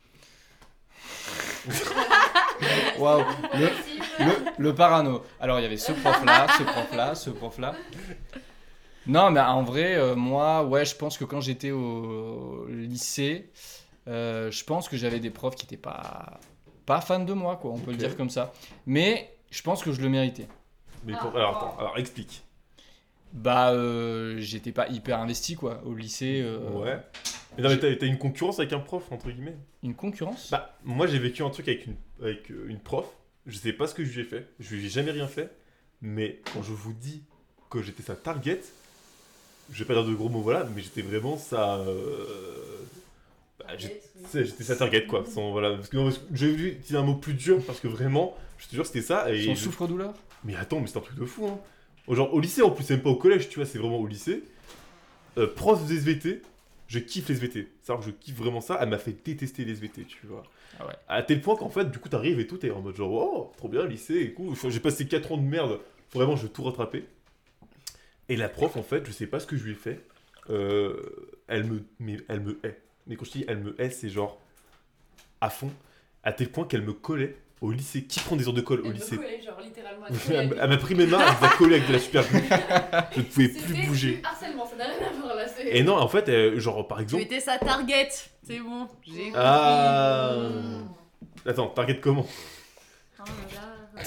Waouh, le parano. Alors, il y avait ce prof-là, ce prof-là, ce prof-là. Non, mais en vrai, moi, ouais, je pense que quand j'étais au lycée, je pense que j'avais des profs qui n'étaient pas fans de moi, quoi, on peut le Ok. dire comme ça. Mais je pense que je le méritais. Mais Ah, alors, wow. attends, alors explique. Bah, j'étais pas hyper investi, quoi, au lycée. Ouais. Mais non, mais t'as une concurrence avec un prof, entre guillemets. Une concurrence. Bah, moi j'ai vécu un truc avec une prof. Je sais pas ce que je lui ai fait. Je lui ai jamais rien fait. Mais quand je vous dis que j'étais sa target, je vais pas dire de gros mots, voilà, mais j'étais vraiment sa. Bah, j'étais sa target, quoi. Voilà, parce que non, j'ai vu utiliser un mot plus dur parce que vraiment, je te jure, c'était ça. Et Son souffre-douleur. Mais attends, mais c'est un truc de fou, hein. Genre au lycée en plus, c'est même pas au collège, tu vois, c'est vraiment au lycée. Prof de SVT, je kiffe les SVT. C'est-à-dire que je kiffe vraiment ça, elle m'a fait détester les SVT, tu vois. Ah ouais. À tel point qu'en fait, du coup, t'arrives et tout, t'es en mode genre, oh, trop bien, lycée et tout. Enfin, j'ai passé 4 ans de merde, vraiment, je vais tout rattraper. Et la prof, en fait, je sais pas ce que je lui ai fait. Elle me hait. Mais quand je dis elle me hait, c'est genre à fond, à tel point qu'elle me collait au lycée. Qui prend des heures de colle au Elle lycée? me collait, genre littéralement. Elle m'a pris mes mains, elle les a collées avec de la super glue. Je ne pouvais plus C'était bouger. du harcèlement, ça n'a rien à voir là. Et non, en fait, genre par Tu exemple. étais sa target, c'est bon. J'ai Ah. Attends, target comment? Oh là là.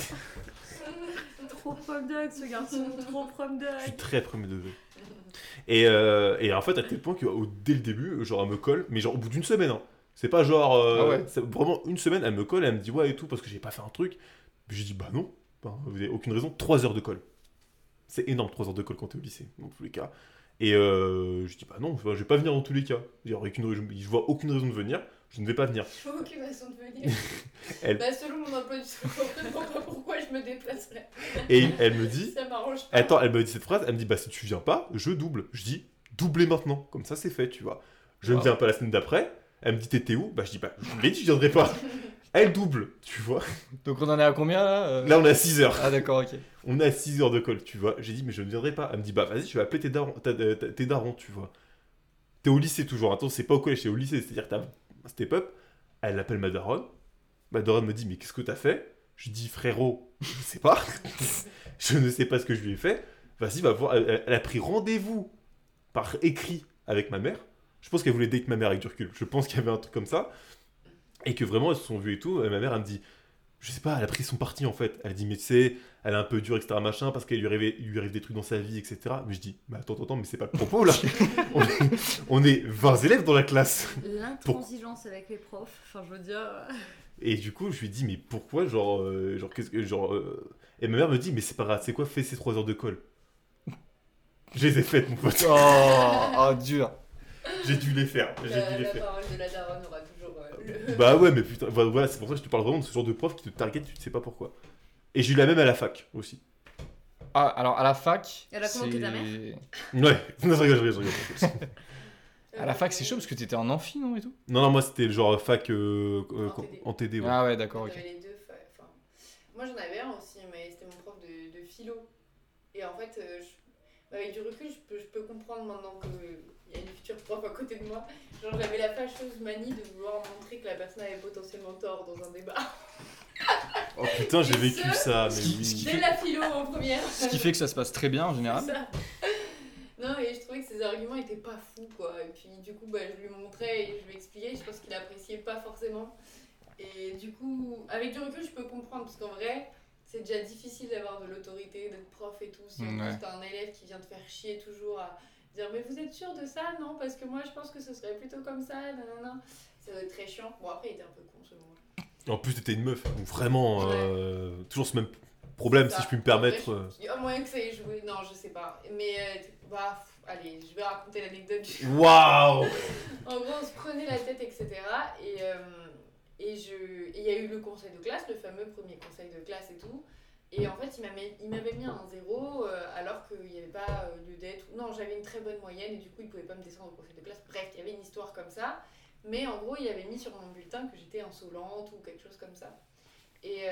Trop prom dog ce garçon, trop prom dog. Je suis très premier degré. Et en fait, à tel point que dès le début, genre, elle me colle, mais genre au bout d'une semaine, hein. C'est pas genre. Ah ouais. C'est vraiment une semaine, elle me colle, elle me dit ouais et tout, parce que j'ai pas fait un truc. Puis j'ai dit bah non, vous avez aucune raison. 3 heures de colle. C'est énorme, 3 heures de colle quand t'es au lycée, dans tous les cas. Et je dis bah non, je vais pas venir dans tous les cas. Je vois aucune raison de venir, je ne vais pas venir. Je vois aucune raison de venir. Bah, selon mon emploi du temps, je comprends pas pourquoi je me déplacerais. Et elle me dit. Ça m'arrange pas. Attends, elle me dit cette phrase, elle me dit bah si tu viens pas, je double. Je dis doubler maintenant, comme ça c'est fait, tu vois. Je ne viens pas la semaine d'après, elle me dit t'étais où? Bah je dis bah je vous l'ai dit, je viendrai pas. Elle double, tu vois. Donc on en est à combien là Là on est à 6 heures. Ah d'accord, ok. On est à 6 heures de colle, tu vois. J'ai dit mais je ne viendrai pas. Elle me dit bah vas-y, je vais appeler tes darons, tu vois. T'es au lycée toujours, attends, c'est pas au collège, c'est au lycée, c'est-à-dire que t'as un step-up. Elle appelle ma daronne. Ma daronne me dit mais qu'est-ce que t'as fait? Je dis frérot, je sais pas. Je ne sais pas ce que je lui ai fait. Vas-y, va voir. Elle a pris rendez-vous par écrit avec ma mère. Je pense qu'elle voulait date ma mère avec du recul. Je pense qu'il y avait un truc comme ça. Et que vraiment, elles se sont vues et tout. Et ma mère, elle me dit, je sais pas, elle a pris son parti en fait. Elle dit, mais tu sais, elle est un peu dure, etc. machin, parce qu'il lui arrive des trucs dans sa vie, etc. Mais je dis, mais attends, mais c'est pas le propos là. on est 20 élèves dans la classe. L'intransigeance avec les profs, enfin je veux dire. Et du coup, je lui dis, mais pourquoi, qu'est-ce que, Et ma mère me dit, mais c'est pas grave, c'est quoi, fais ces 3 heures de colle. Je les ai faites, mon pote. Oh, dur. J'ai dû les faire. La parole de la daronne aura toujours le... Bah ouais, mais putain, voilà, c'est pour ça que je te parle vraiment de ce genre de prof qui te target, tu ne sais pas pourquoi. Et j'ai eu la même à la fac aussi. Ah, alors à la fac. Elle a commenté ta mère? Ouais, non, je rigole. À la fac, c'est chaud parce que t'étais en amphi, non et tout? Non, moi c'était le genre fac en TD. Ouais. Ah ouais, d'accord, ok. J'avais les deux. Enfin, moi j'en avais un aussi, mais c'était mon prof de philo. Et en fait, avec du recul, je peux comprendre maintenant qu'il y a une future prof à côté de moi. Genre j'avais la fâcheuse manie de vouloir montrer que la personne avait potentiellement tort dans un débat. Oh putain, j'ai vécu ça, mais oui. Dès la philo en première. Ce qui fait que ça se passe très bien en général. C'est ça. Non, et je trouvais que ses arguments étaient pas fous, quoi. Et puis, du coup, bah, je lui montrais et je lui expliquais. Je pense qu'il appréciait pas forcément. Et du coup, avec du recul, je peux comprendre. Parce qu'en vrai, c'est déjà difficile d'avoir de l'autorité, d'être prof et tout. Si en plus t'as un élève qui vient te faire chier toujours à dire mais vous êtes sûr de ça? Non, parce que moi, je pense que ce serait plutôt comme ça. Nanana. Ça doit être très chiant. Bon, après, il était un peu con, selon moi. En plus, t'étais une meuf. Donc vraiment, toujours ce même problème, si je puis me permettre. Il y a moyen que ça ait joué. Non, je sais pas. Mais, allez, je vais raconter l'anecdote. Waouh! En gros, on se prenait la tête, etc. Et il y a eu le conseil de classe, le fameux premier conseil de classe et tout. Et en fait, il m'avait mis un 0 alors qu'il n'y avait pas lieu d'être. Non, j'avais une très bonne moyenne et du coup, il ne pouvait pas me descendre au conseil de classe. Bref, il y avait une histoire comme ça. Mais en gros, il avait mis sur mon bulletin que j'étais insolente ou quelque chose comme ça. Et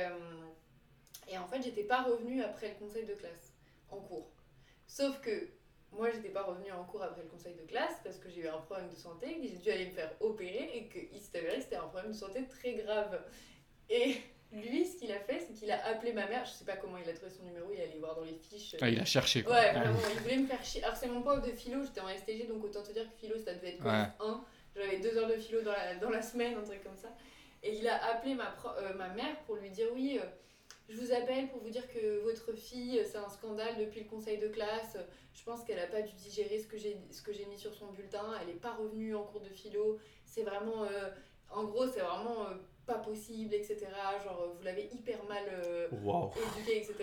en fait, j'étais pas revenue après le conseil de classe en cours. Sauf que moi, j'étais pas revenue en cours après le conseil de classe parce que j'ai eu un problème de santé, que j'ai dû aller me faire opérer et qu'il s'est avéré que c'était un problème de santé très grave. Et lui, ce qu'il a fait, c'est qu'il a appelé ma mère. Je sais pas comment il a trouvé son numéro, il est allé voir dans les fiches. Ah, il a cherché quoi. Ouais, vraiment, il voulait me faire chier. Alors, c'est mon prof de philo, j'étais en STG, donc autant te dire que philo, ça devait être comme 1. J'avais 2 heures de philo dans la semaine, un truc comme ça. Et il a appelé ma mère pour lui dire oui, je vous appelle pour vous dire que votre fille, c'est un scandale depuis le conseil de classe. Je pense qu'elle n'a pas dû digérer ce que j'ai mis sur son bulletin. Elle n'est pas revenue en cours de philo. C'est vraiment, en gros, c'est vraiment pas possible, etc. Genre, vous l'avez hyper mal éduquée, etc.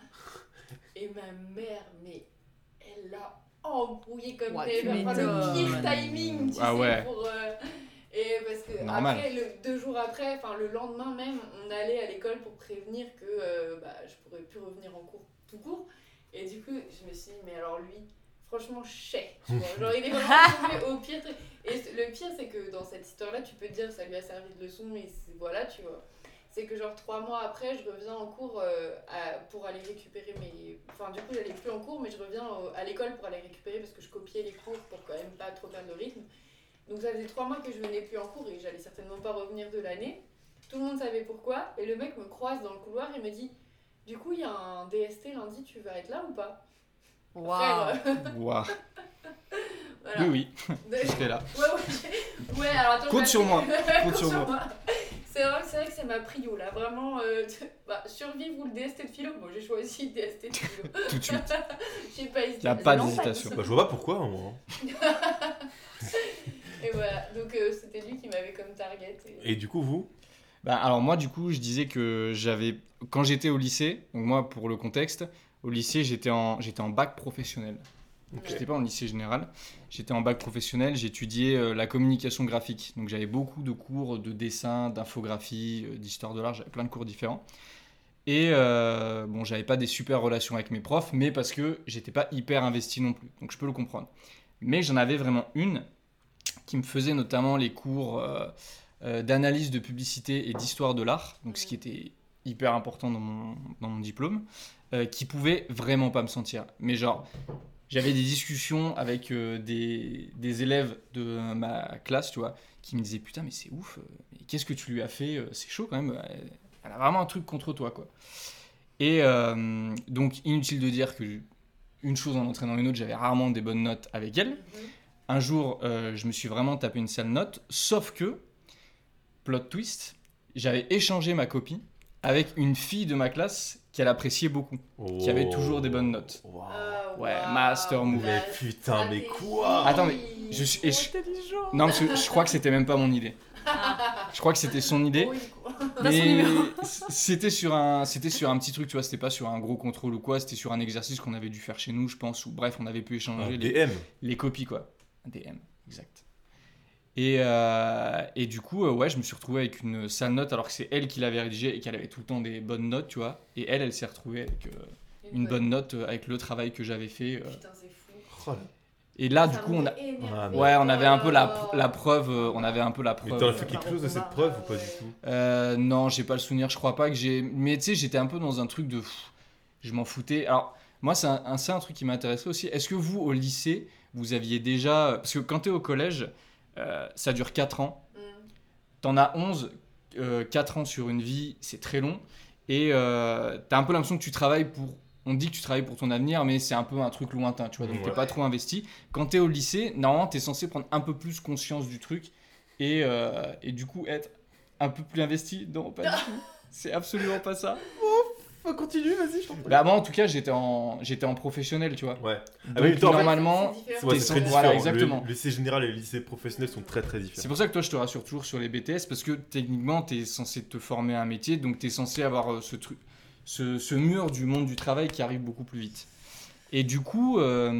Et ma mère, mais elle l'a embrouillé comme tel. Enfin, le pire timing, tu sais, pour... Et parce que après, 2 jours après, enfin le lendemain même, on allait à l'école pour prévenir que je pourrais plus revenir en cours tout court. Et du coup, je me suis dit, mais alors lui, franchement, chais. Genre, il est vraiment tombé au pire truc. Et le pire, c'est que dans cette histoire-là, tu peux te dire, ça lui a servi de leçon, et voilà, tu vois. C'est que genre 3 mois après, je reviens en cours pour aller récupérer mes... Enfin, du coup, j'allais plus en cours, mais je reviens à l'école pour aller récupérer parce que je copiais les cours pour quand même pas trop perdre le rythme. Donc ça faisait 3 mois que je venais plus en cours et j'allais certainement pas revenir de l'année. Tout le monde savait pourquoi. Et le mec me croise dans le couloir et me dit « Du coup, il y a un DST lundi, tu vas être là ou pas ?» Waouh. Voilà. Oui, je serai là. Ouais, alors attends, compte sur moi. Compte sur moi. C'est vrai que c'est ma prio là, vraiment. Survivre ou le DST de philo. Bon, j'ai choisi le DST de philo. Tout de suite. J'ai pas hésité. Il n'y a pas d'hésitation. Bah, je vois pas pourquoi, moi. Et voilà, donc c'était lui qui m'avait comme target. Et du coup, vous? Bah, alors moi du coup je disais que quand j'étais au lycée, donc moi pour le contexte, au lycée j'étais en bac professionnel. Ok. J'étais pas en lycée général, j'étais en bac professionnel, j'étudiais la communication graphique. Donc j'avais beaucoup de cours de dessin, d'infographie, d'histoire de l'art, j'avais plein de cours différents. Et bon, j'avais pas des super relations avec mes profs, mais parce que j'étais pas hyper investi non plus, donc je peux le comprendre. Mais j'en avais vraiment une qui me faisait notamment les cours d'analyse de publicité et d'histoire de l'art, donc ce qui était hyper important dans mon diplôme, qui pouvait vraiment pas me sentir. Mais genre, j'avais des discussions avec des élèves de ma classe, tu vois, qui me disaient putain mais c'est ouf, mais qu'est-ce que tu lui as fait, c'est chaud quand même, elle a vraiment un truc contre toi quoi. Et donc inutile de dire que une chose en entraînant une autre, j'avais rarement des bonnes notes avec elle. Un jour, je me suis vraiment tapé une sale note, sauf que, plot twist, j'avais échangé ma copie avec une fille de ma classe qu'elle appréciait beaucoup, qui avait toujours des bonnes notes. Wow. Ouais, master move. Mais putain, mais quoi? Attends, mais je suis... Non, parce que je crois que c'était même pas mon idée. Je crois que c'était son idée. Mais c'était sur un petit truc, tu vois, c'était pas sur un gros contrôle ou quoi, c'était sur un exercice qu'on avait dû faire chez nous, je pense, ou bref, on avait pu échanger les copies, quoi. Un DM, exact. Et du coup, ouais, je me suis retrouvé avec une sale note alors que c'est elle qui l'avait rédigée et qu'elle avait tout le temps des bonnes notes, tu vois. Et elle s'est retrouvée avec une bonne note avec le travail que j'avais fait. Putain, c'est fou. Oh là. Et là, du coup, on avait un peu la preuve. On avait un peu la preuve. Mais t'en as fait quelque chose de cette preuve ou pas du tout? Non, j'ai pas le souvenir. Je crois pas que j'ai. Mais tu sais, j'étais un peu dans un truc de. Je m'en foutais. Alors, moi, c'est un truc qui m'intéressait aussi. Est-ce que vous, au lycée, vous aviez déjà. Parce que quand t'es au collège, ça dure 4 ans. T'en as 11. 4 ans sur une vie, c'est très long. Et t'as un peu l'impression que tu travailles pour. On dit que tu travailles pour ton avenir, mais c'est un peu un truc lointain, tu vois, donc t'es pas trop investi. Quand t'es au lycée, normalement, t'es censé prendre un peu plus conscience du truc et du coup être un peu plus investi. Non, pas du tout. C'est absolument pas ça. Continue, vas-y, je t'en prie. Bah moi, en tout cas, j'étais en professionnel, tu vois. Ouais. Donc, mais toi, normalement, c'est t'es très sans- différent. voilà, exactement. Le lycée général et le lycée professionnel sont très très différents. C'est pour ça que toi, je te rassure toujours sur les BTS, parce que techniquement, t'es censé te former à un métier, donc t'es censé avoir ce truc. Ce mur du monde du travail qui arrive beaucoup plus vite. Et du coup,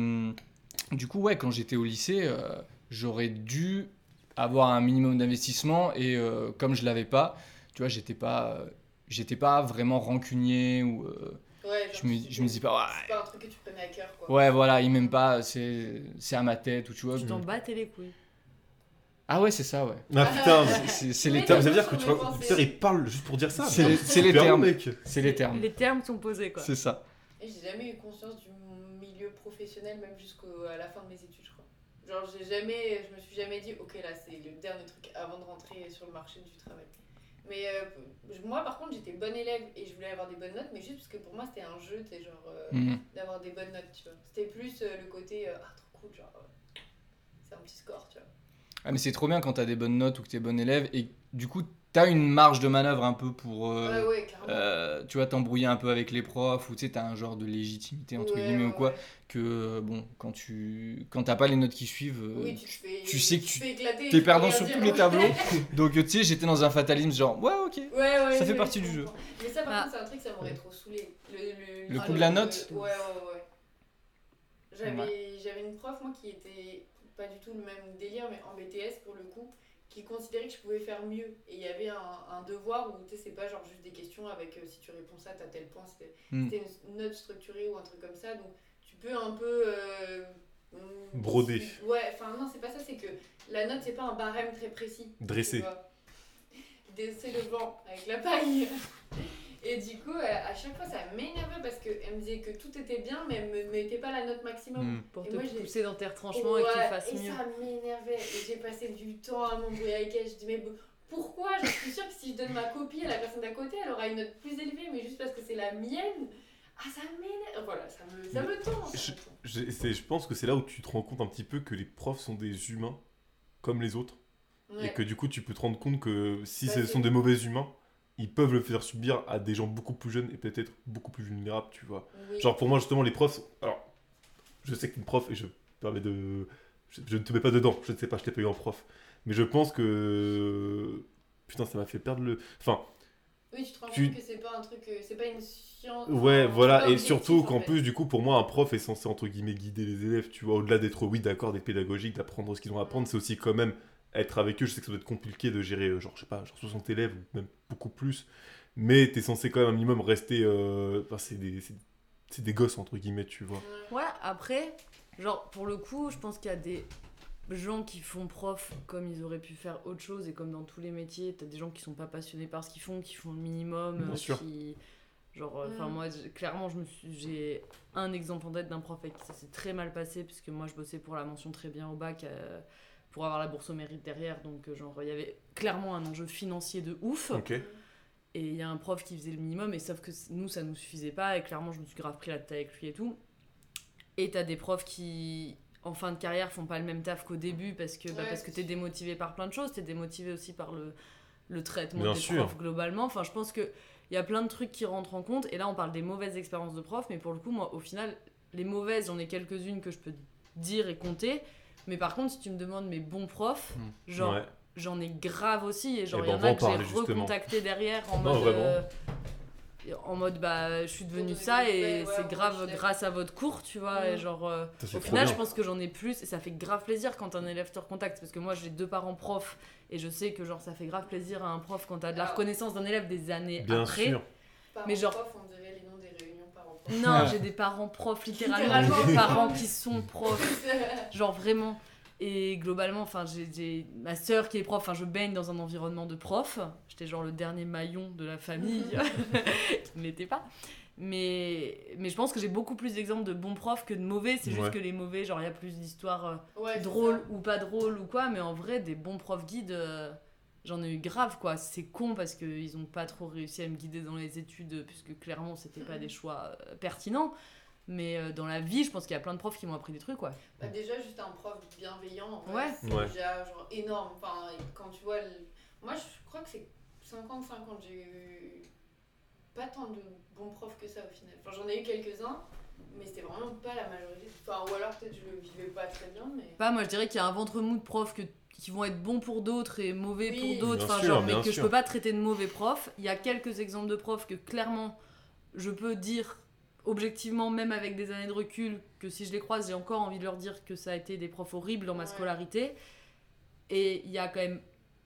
ouais, quand j'étais au lycée, j'aurais dû avoir un minimum d'investissement et comme je l'avais pas, tu vois, j'étais pas vraiment rancunier ou je me dis pas c'est pas un truc que tu prenais à cœur quoi. ouais voilà, il m'aime pas, c'est à ma tête ou tu vois. Tu t'en battais les couilles. Ah ouais, c'est ça, ouais. Ah putain, C'est les Mais ça termes. veut dire que tu vois, Peter il parle juste pour dire ça. C'est les Super termes. mec. C'est les termes. Les termes sont posés, quoi. C'est ça. Et j'ai jamais eu conscience du milieu professionnel, même jusqu'à la fin de mes études, je crois. Genre, je me suis jamais dit, ok, là, c'est le dernier truc avant de rentrer sur le marché du travail. Mais moi, par contre, j'étais bonne élève et je voulais avoir des bonnes notes, mais juste parce que pour moi, c'était un jeu, tu sais, genre, d'avoir des bonnes notes, tu vois. C'était plus le côté, trop cool, genre, c'est un petit score, tu vois. Ah mais c'est trop bien quand t'as des bonnes notes ou que t'es bon élève et du coup t'as une marge de manœuvre un peu pour ouais, clairement. tu vois t'embrouiller un peu avec les profs ou tu sais t'as un genre de légitimité entre guillemets ou quoi que bon quand t'as pas les notes qui suivent oui, tu sais que tu te fais éclater, t'es perdant rien sur dire. tous les tableaux donc tu sais j'étais dans un fatalisme genre ouais ok Ouais, ça fait partie du jeu. Mais ça par contre c'est un truc ça m'aurait trop saoulé. Le coup de la note. Ouais. J'avais une prof moi qui était pas du tout le même délire mais en BTS pour le coup qui considérait que je pouvais faire mieux et il y avait un devoir où tu sais c'est pas genre juste des questions avec si tu réponds ça t'as tel point, c'était une note structurée ou un truc comme ça, donc tu peux un peu broder. Ouais, enfin non c'est pas ça, c'est que la note c'est pas un barème très précis. Dressé. Dresser le banc avec la paille. Et du coup, à chaque fois, ça m'énervait parce qu'elle me disait que tout était bien, mais elle me mettait pas la note maximum. Pour et te moi, pousser dans tes retranchements et que tu fasses mieux. Et ça m'énervait. Et j'ai passé du temps à m'embrouiller avec elle. Je dis, mais pourquoi? Je suis sûre que si je donne ma copie à la personne d'à côté, elle aura une note plus élevée, mais juste parce que c'est la mienne. Ah, ça m'énerve. Voilà, ça me tend. Je pense que c'est là où tu te rends compte un petit peu que les profs sont des humains comme les autres. Ouais. Et que du coup, tu peux te rendre compte que si Bah, ce c'est- sont des mauvais humains, ils peuvent le faire subir à des gens beaucoup plus jeunes et peut-être beaucoup plus vulnérables, tu vois. Oui. Genre pour moi, justement, les profs... Alors, je sais que t'es une prof et je permets de... Je ne te mets pas dedans, je ne sais pas, je t'ai pas eu en prof. Mais je pense que... Putain, ça m'a fait perdre le... Enfin, Oui, tu te rends tu- compte que c'est pas un truc, c'est pas une science. ouais, enfin, voilà, c'est pas et objectif, surtout en qu'en fait. plus, du coup, pour moi, un prof est censé, entre guillemets, guider les élèves, tu vois, au-delà d'être, oui, d'accord, des pédagogiques, d'apprendre ce qu'ils ont à apprendre, c'est aussi quand même être avec eux. Je sais que ça doit être compliqué de gérer, genre, je sais pas, genre 60 élèves, ou même beaucoup plus, mais t'es censé quand même un minimum rester, enfin, c'est des gosses, entre guillemets, tu vois. Ouais. Ouais, après, genre, pour le coup, je pense qu'il y a des gens qui font prof comme ils auraient pu faire autre chose, et comme dans tous les métiers, t'as des gens qui sont pas passionnés par ce qu'ils font, qui font le minimum, Bien sûr. qui... Genre, enfin, moi, clairement, j'ai un exemple en tête d'un prof avec qui ça s'est très mal passé, puisque moi, je bossais pour la mention très bien au bac, pour avoir la bourse au mérite derrière, donc, genre, il y avait clairement un enjeu financier de ouf. Ok. Et il y a un prof qui faisait le minimum, et sauf que nous, ça nous suffisait pas, et clairement, je me suis grave pris la tête avec lui et tout. Et t'as des profs qui, en fin de carrière, font pas le même taf qu'au début, parce que, Ouais, parce que c'est t'es sûr. démotivé par plein de choses, t'es démotivé aussi par le traitement Bien des sûr. profs globalement. Enfin, je pense qu'il y a plein de trucs qui rentrent en compte, et là, on parle des mauvaises expériences de profs, mais pour le coup, moi, au final, les mauvaises, j'en ai quelques-unes que je peux dire et compter, mais par contre, si tu me demandes mes bons profs, genre... Ouais. J'en ai grave aussi, et genre Eh il y ben, en on va a en que j'ai parler, justement. recontacté derrière en Non, mode vraiment. en mode bah je suis devenue Pour ça, des et nouvelles, ouais, c'est ouais, grave je suis grâce à votre cours, tu vois, et genre Ça, c'est au trop final bien. je pense que j'en ai plus, et ça fait grave plaisir quand un élève te recontacte, parce que moi j'ai 2 parents profs, et je sais que genre ça fait grave plaisir à un prof quand t'as de la Alors, reconnaissance d'un élève des années Bien après. sûr. Parents Mais genre- prof, on dirait les noms des réunions parents prof. Non, j'ai des parents profs, littéralement, Littéralement. j'ai des parents qui sont profs. Genre vraiment. Et globalement, enfin, j'ai ma sœur qui est prof, enfin, je baigne dans un environnement de prof. J'étais genre le dernier maillon de la famille, qui ne l'était pas. Mais je pense que j'ai beaucoup plus d'exemples de bons profs que de mauvais. C'est juste Ouais. que les mauvais, genre, il y a plus d'histoires Ouais, c'est drôles ça. ou pas drôles ou quoi. Mais en vrai, des bons profs guides, j'en ai eu grave, quoi. C'est con parce qu'ils n'ont pas trop réussi à me guider dans les études, puisque clairement, c'était pas des choix pertinents. Mais dans la vie, je pense qu'il y a plein de profs qui m'ont appris des trucs, ouais. Bah, déjà, juste un prof bienveillant, en vrai, Ouais. c'est Ouais. déjà genre énorme. Enfin, quand tu vois. Moi, je crois que c'est 50-50. J'ai eu pas tant de bons profs que ça au final. Enfin, j'en ai eu quelques-uns, mais c'était vraiment pas la majorité. Enfin, ou alors peut-être je le vivais pas très bien, mais. Pas, moi je dirais qu'il y a un ventre mou de profs qui vont être bons pour d'autres et mauvais Oui. pour d'autres, Bien enfin sûr, genre, mais bien que je sûr. peux pas traiter de mauvais profs. Il y a quelques exemples de profs que clairement je peux dire objectivement, même avec des années de recul, que si je les croise, j'ai encore envie de leur dire que ça a été des profs horribles dans ma Ouais. scolarité. Et il y a quand même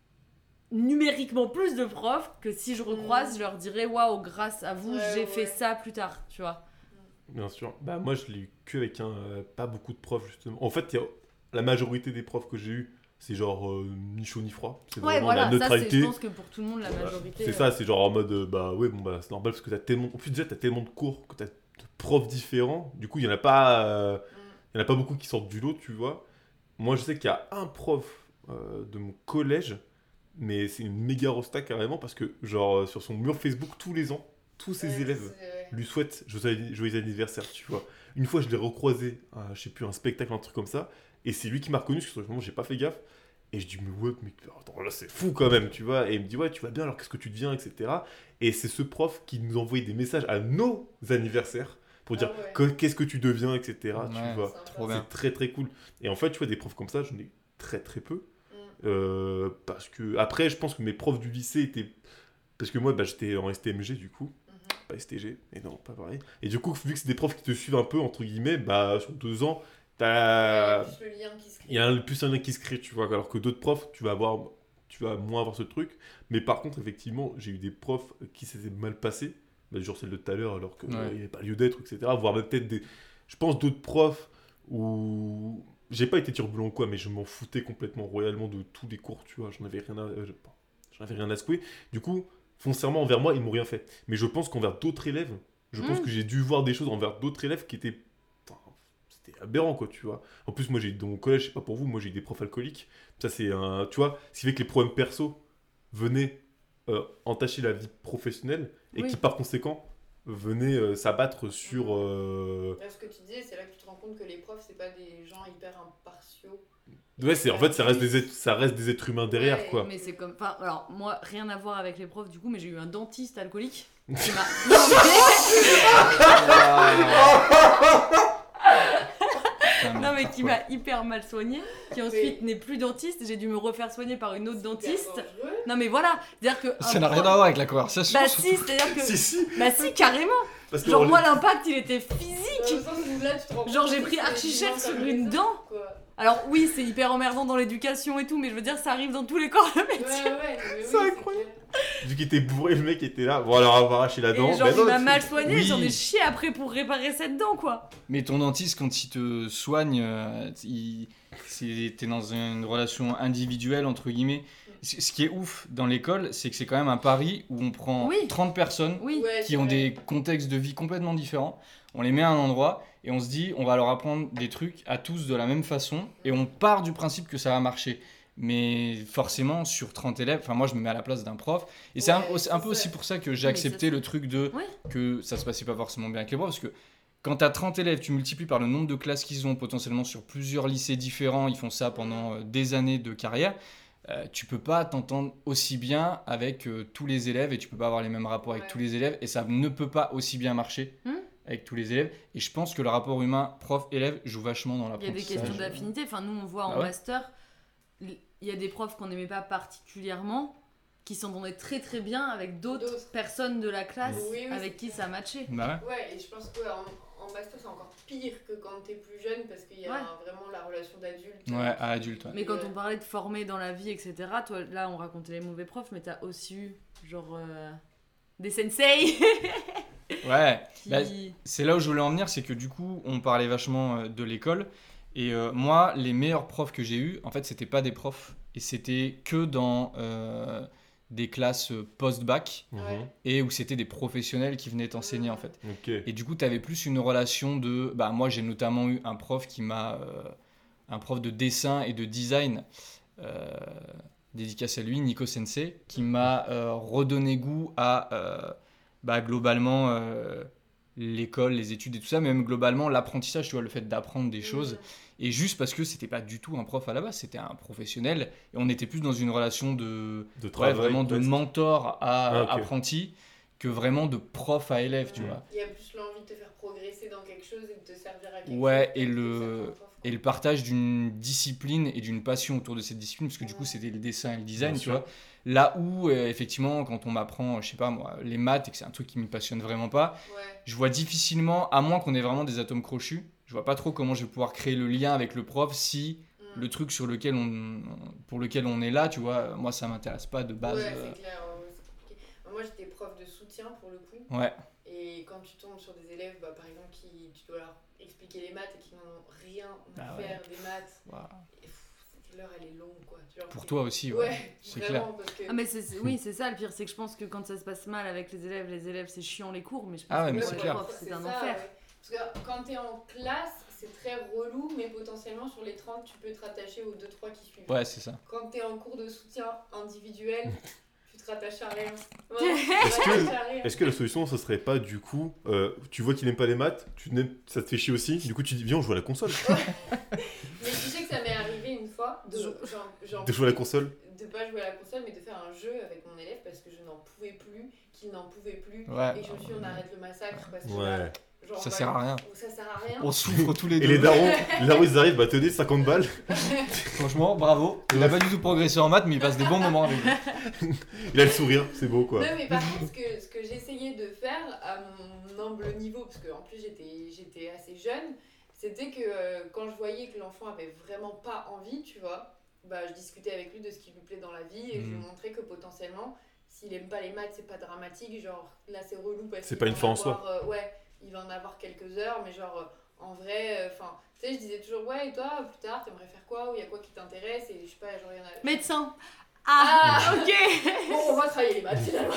numériquement plus de profs que si je recroise, je leur dirais waouh, grâce à vous, Ouais, j'ai ouais. fait ça plus tard, tu vois. Bien sûr. Bah moi je l'ai eu que avec pas beaucoup de profs justement. En fait, la majorité des profs que j'ai eu, c'est genre ni chaud ni froid. C'est Ouais, vraiment la voilà, ça c'est, neutralité. je pense que pour tout le monde, la Voilà. majorité. C'est ça, c'est genre en mode bah ouais bon bah c'est normal parce que t'as tellement. En plus déjà t'as tellement de cours que t'as de profs différents. Du coup il y en a pas, il y en a pas beaucoup qui sortent du lot, tu vois. Moi je sais qu'il y a un prof de mon collège, mais c'est une méga rosta carrément parce que genre sur son mur Facebook tous les ans, tous ses Ouais, élèves c'est- lui souhaite joyeux anniversaire, tu vois. Une fois, je l'ai recroisé à, je sais plus, un spectacle, un truc comme ça, et c'est lui qui m'a reconnu, parce que sur le moment, j'ai pas fait gaffe. Et je dis, mais ouais, mais attends, là, c'est fou quand même, tu vois. Et il me dit, ouais, tu vas bien, alors qu'est-ce que tu deviens, etc. Et c'est ce prof qui nous envoyait des messages à nos anniversaires pour dire, Ah ouais. qu'est-ce que tu deviens, etc. Tu Ouais. vois. Sympa. Trop bien. C'est très, très cool. Et en fait, tu vois, des profs comme ça, j'en ai eu très, très peu. Parce que, après, je pense que mes profs du lycée étaient. Parce que moi, bah, j'étais en STMG, du coup. Pas STG, et non, pas pareil. Et du coup, vu que c'est des profs qui te suivent un peu, entre guillemets, bah, sur 2 ans, Il y a t'as... plus le lien qui se crée. il y a plus un lien qui se crée, tu vois, alors que d'autres profs, tu vas moins avoir ce truc. Mais par contre, effectivement, j'ai eu des profs qui s'étaient mal passés, bah, genre celle de tout à l'heure, alors qu'il n'y Ouais. avait pas lieu d'être, etc. Voire même peut-être des... Je pense d'autres profs où... J'ai pas été turbulent ou quoi, mais je m'en foutais complètement royalement de tous les cours, tu vois. J'en avais rien à secouer. Du coup, foncièrement, envers moi, ils m'ont rien fait. Mais je pense qu'envers d'autres élèves, je pense que j'ai dû voir des choses envers d'autres élèves qui étaient... Enfin, c'était aberrant, quoi, tu vois. En plus, moi, j'ai dans mon collège, je sais pas pour vous, moi, j'ai eu des profs alcooliques. Ça, c'est un... Tu vois, ce qui fait que les problèmes perso venaient entacher la vie professionnelle et Oui. qui, par conséquent, venaient s'abattre sur... Là, ce que tu disais, c'est là que tu te rends compte que les profs, c'est pas des gens hyper impartiaux. Ouais, en fait, ça reste des êtres humains derrière, Ouais, quoi. Mais c'est comme. Enfin, alors, moi, rien à voir avec les profs, du coup, mais j'ai eu un dentiste alcoolique qui m'a. Non, non, mais qui m'a hyper mal soigné, qui ensuite n'est plus dentiste. J'ai dû me refaire soigner par une autre dentiste. Dangereux. Non, mais voilà, c'est-à-dire que. Ça n'a rien à voir avec la conversation. Bah, si, c'est-à-dire que. Si. Bah, si, carrément. Parce que Genre, on- moi, l'impact, il était Dans physique. le sens où là, tu te rends compte Genre, j'ai que pris c'est archi cher des sur gens une comme dent. ça, quoi. Alors, oui, c'est hyper emmerdant dans l'éducation et tout, mais je veux dire, ça arrive dans tous les corps de métier. Ouais, mais C'est oui, incroyable. clair. Vu qu'il était bourré, le mec était là. Bon, alors, on va arracher la dent. Et genre, Ben il non, m'a mal soigné, Oui. j'en ai chié après pour réparer cette dent, quoi. Mais ton dentiste, quand il te soigne, t'es dans une relation individuelle, entre guillemets. Ce qui est ouf dans l'école, c'est que c'est quand même un pari où on prend Oui. 30 personnes Oui. Ouais, qui c'est ont vrai. des contextes de vie complètement différents. On les met à un endroit et on se dit, on va leur apprendre des trucs à tous de la même façon et on part du principe que ça va marcher. Mais forcément, sur 30 élèves, enfin moi je me mets à la place d'un prof. Et c'est Ouais, un peu c'est aussi ça. pour ça que j'ai Mais accepté ça, le truc de Ouais. que ça se passait pas forcément bien avec les profs. Parce que quand t'as 30 élèves, tu multiplies par le nombre de classes qu'ils ont potentiellement sur plusieurs lycées différents, ils font ça pendant des années de carrière. Tu peux pas t'entendre aussi bien avec tous les élèves et tu peux pas avoir les mêmes rapports avec Ouais. tous les élèves et ça ne peut pas aussi bien marcher avec tous les élèves. Et je pense que le rapport humain prof-élève joue vachement dans Il y a des l'apprentissage. questions d'affinité. Enfin, nous, on voit Bah en ouais. master, il y a des profs qu'on n'aimait pas particulièrement qui s'entendaient très très bien avec d'autres D'autres. personnes de la classe Oui, oui, avec c'est qui clair. ça matchait. Bah ouais. Ouais, et je pense qu'en master, c'est encore pire que quand t'es plus jeune parce qu'il y a Ouais. Vraiment la relation d'adulte. Ouais, à adulte, ouais. Mais quand on parlait de former dans la vie, etc., toi, là, on racontait les mauvais profs, mais t'as aussi eu, genre, des sensei Ouais. qui... Bah, c'est là où je voulais en venir, c'est que du coup, on parlait vachement de l'école. Et moi, les meilleurs profs que j'ai eus, en fait, c'était pas des profs. Et c'était que dans des classes post-bac Mhm. et où c'était des professionnels qui venaient t'enseigner, en fait. Ok. Et du coup, tu avais plus une relation de... Bah, moi, j'ai notamment eu un prof qui m'a... un prof de dessin et de design, dédicace à lui, Nico Sensei, qui m'a redonné goût à, globalement, l'école, les études et tout ça, mais même globalement, l'apprentissage, tu vois, le fait d'apprendre des choses. Et juste parce que c'était pas du tout un prof à la base, c'était un professionnel. Et on était plus dans une relation de... De Ouais, travail. vraiment de presque. mentor à Ah, ok. apprenti que vraiment de prof à élève, tu Mm. vois. Il y a plus l'envie de te faire progresser dans quelque chose et de te servir à quelque Ouais, chose. et que le- certains profs, quoi. Et le partage d'une discipline et d'une passion autour de cette discipline, parce que du coup, Ouais. c'était le dessin et le design, Bien tu sûr. vois. Là où, effectivement, quand on m'apprend, je sais pas moi, les maths et que c'est un truc qui me passionne vraiment pas, Ouais. je vois difficilement, à moins qu'on ait vraiment des atomes crochus, je vois pas trop comment je vais pouvoir créer le lien avec le prof si le truc pour lequel on est là, tu vois, moi ça m'intéresse pas de base. Ouais, c'est clair. Ouais, c'est compliqué. Moi, j'étais prof de soutien pour le coup. Ouais, Et quand tu tombes sur des élèves, bah, par exemple, tu dois leur expliquer les maths et qui n'en ont rien à Ah ouais. faire des maths, voilà. et l'heure elle est longue quoi. Tu vois, Pour c'est- toi aussi, ouais. Ouais, c'est vraiment, parce que. Ah mais oui, c'est ça le pire, c'est que je pense que quand ça se passe mal avec les élèves c'est chiant les cours, mais je pense Ah ouais, que mais pour c'est les clair. profs, c'est un ça, enfer. ouais. Parce que quand t'es en classe, c'est très relou, mais potentiellement sur les 30, tu peux te rattacher aux 2-3 qui suivent. Ouais, c'est ça. Quand t'es en cours de soutien individuel, tu te rattaches à rien. Est-ce que la solution, ce serait pas du coup, tu vois qu'il n'aime pas les maths, ça te fait chier aussi, du coup tu dis viens on joue à la console. Mais tu sais que ça m'est arrivé une fois De jouer à la console. de pas jouer à la console, mais de faire un jeu avec mon élève parce que je n'en pouvais plus, qu'il n'en pouvait plus. Ouais. Et je me suis dit, on arrête le massacre parce que Ouais. genre, Ça bah, sert à rien. Ça sert à rien. On souffre tous les Et deux. les darons ils arrivent, bah tenez 50 balles. Franchement, bravo. Il a pas du tout progressé en maths, mais il passe des bons moments avec nous. Il a le sourire, c'est beau quoi. Non, mais par contre, ce que j'essayais de faire à mon humble niveau, parce qu'en plus j'étais assez jeune, c'était que quand je voyais que l'enfant avait vraiment pas envie, tu vois, bah, je discutais avec lui de ce qui lui plaît dans la vie et je lui montrais que potentiellement, s'il aime pas les maths, c'est pas dramatique, genre là c'est relou parce C'est qu'il pas va une fin en avoir, ouais, il va en avoir quelques heures, mais genre en vrai, enfin, tu sais, je disais toujours, ouais, et toi, plus tard, t'aimerais faire quoi, ou il y a quoi qui t'intéresse, et je sais pas, genre, il y en a. Médecin. Ah, Ok. Bon, on va travailler les maths finalement.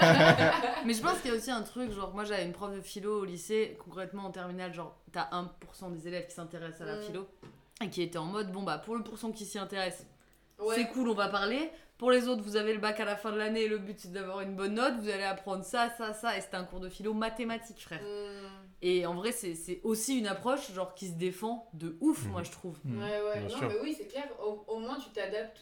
Mais je pense qu'il y a aussi un truc, genre moi j'avais une prof de philo au lycée, concrètement en terminale, genre t'as 1% des élèves qui s'intéressent à la philo et qui étaient en mode bon bah pour le pourcent qui s'y intéresse, c'est cool, on va parler. Pour les autres, vous avez le bac à la fin de l'année, le but c'est d'avoir une bonne note, vous allez apprendre ça, et c'était un cours de philo mathématiques, frère. Et en vrai, c'est aussi une approche genre qui se défend de ouf, moi je trouve. Ouais, Bien non, sûr. mais oui, c'est clair. Au moins, tu t'adaptes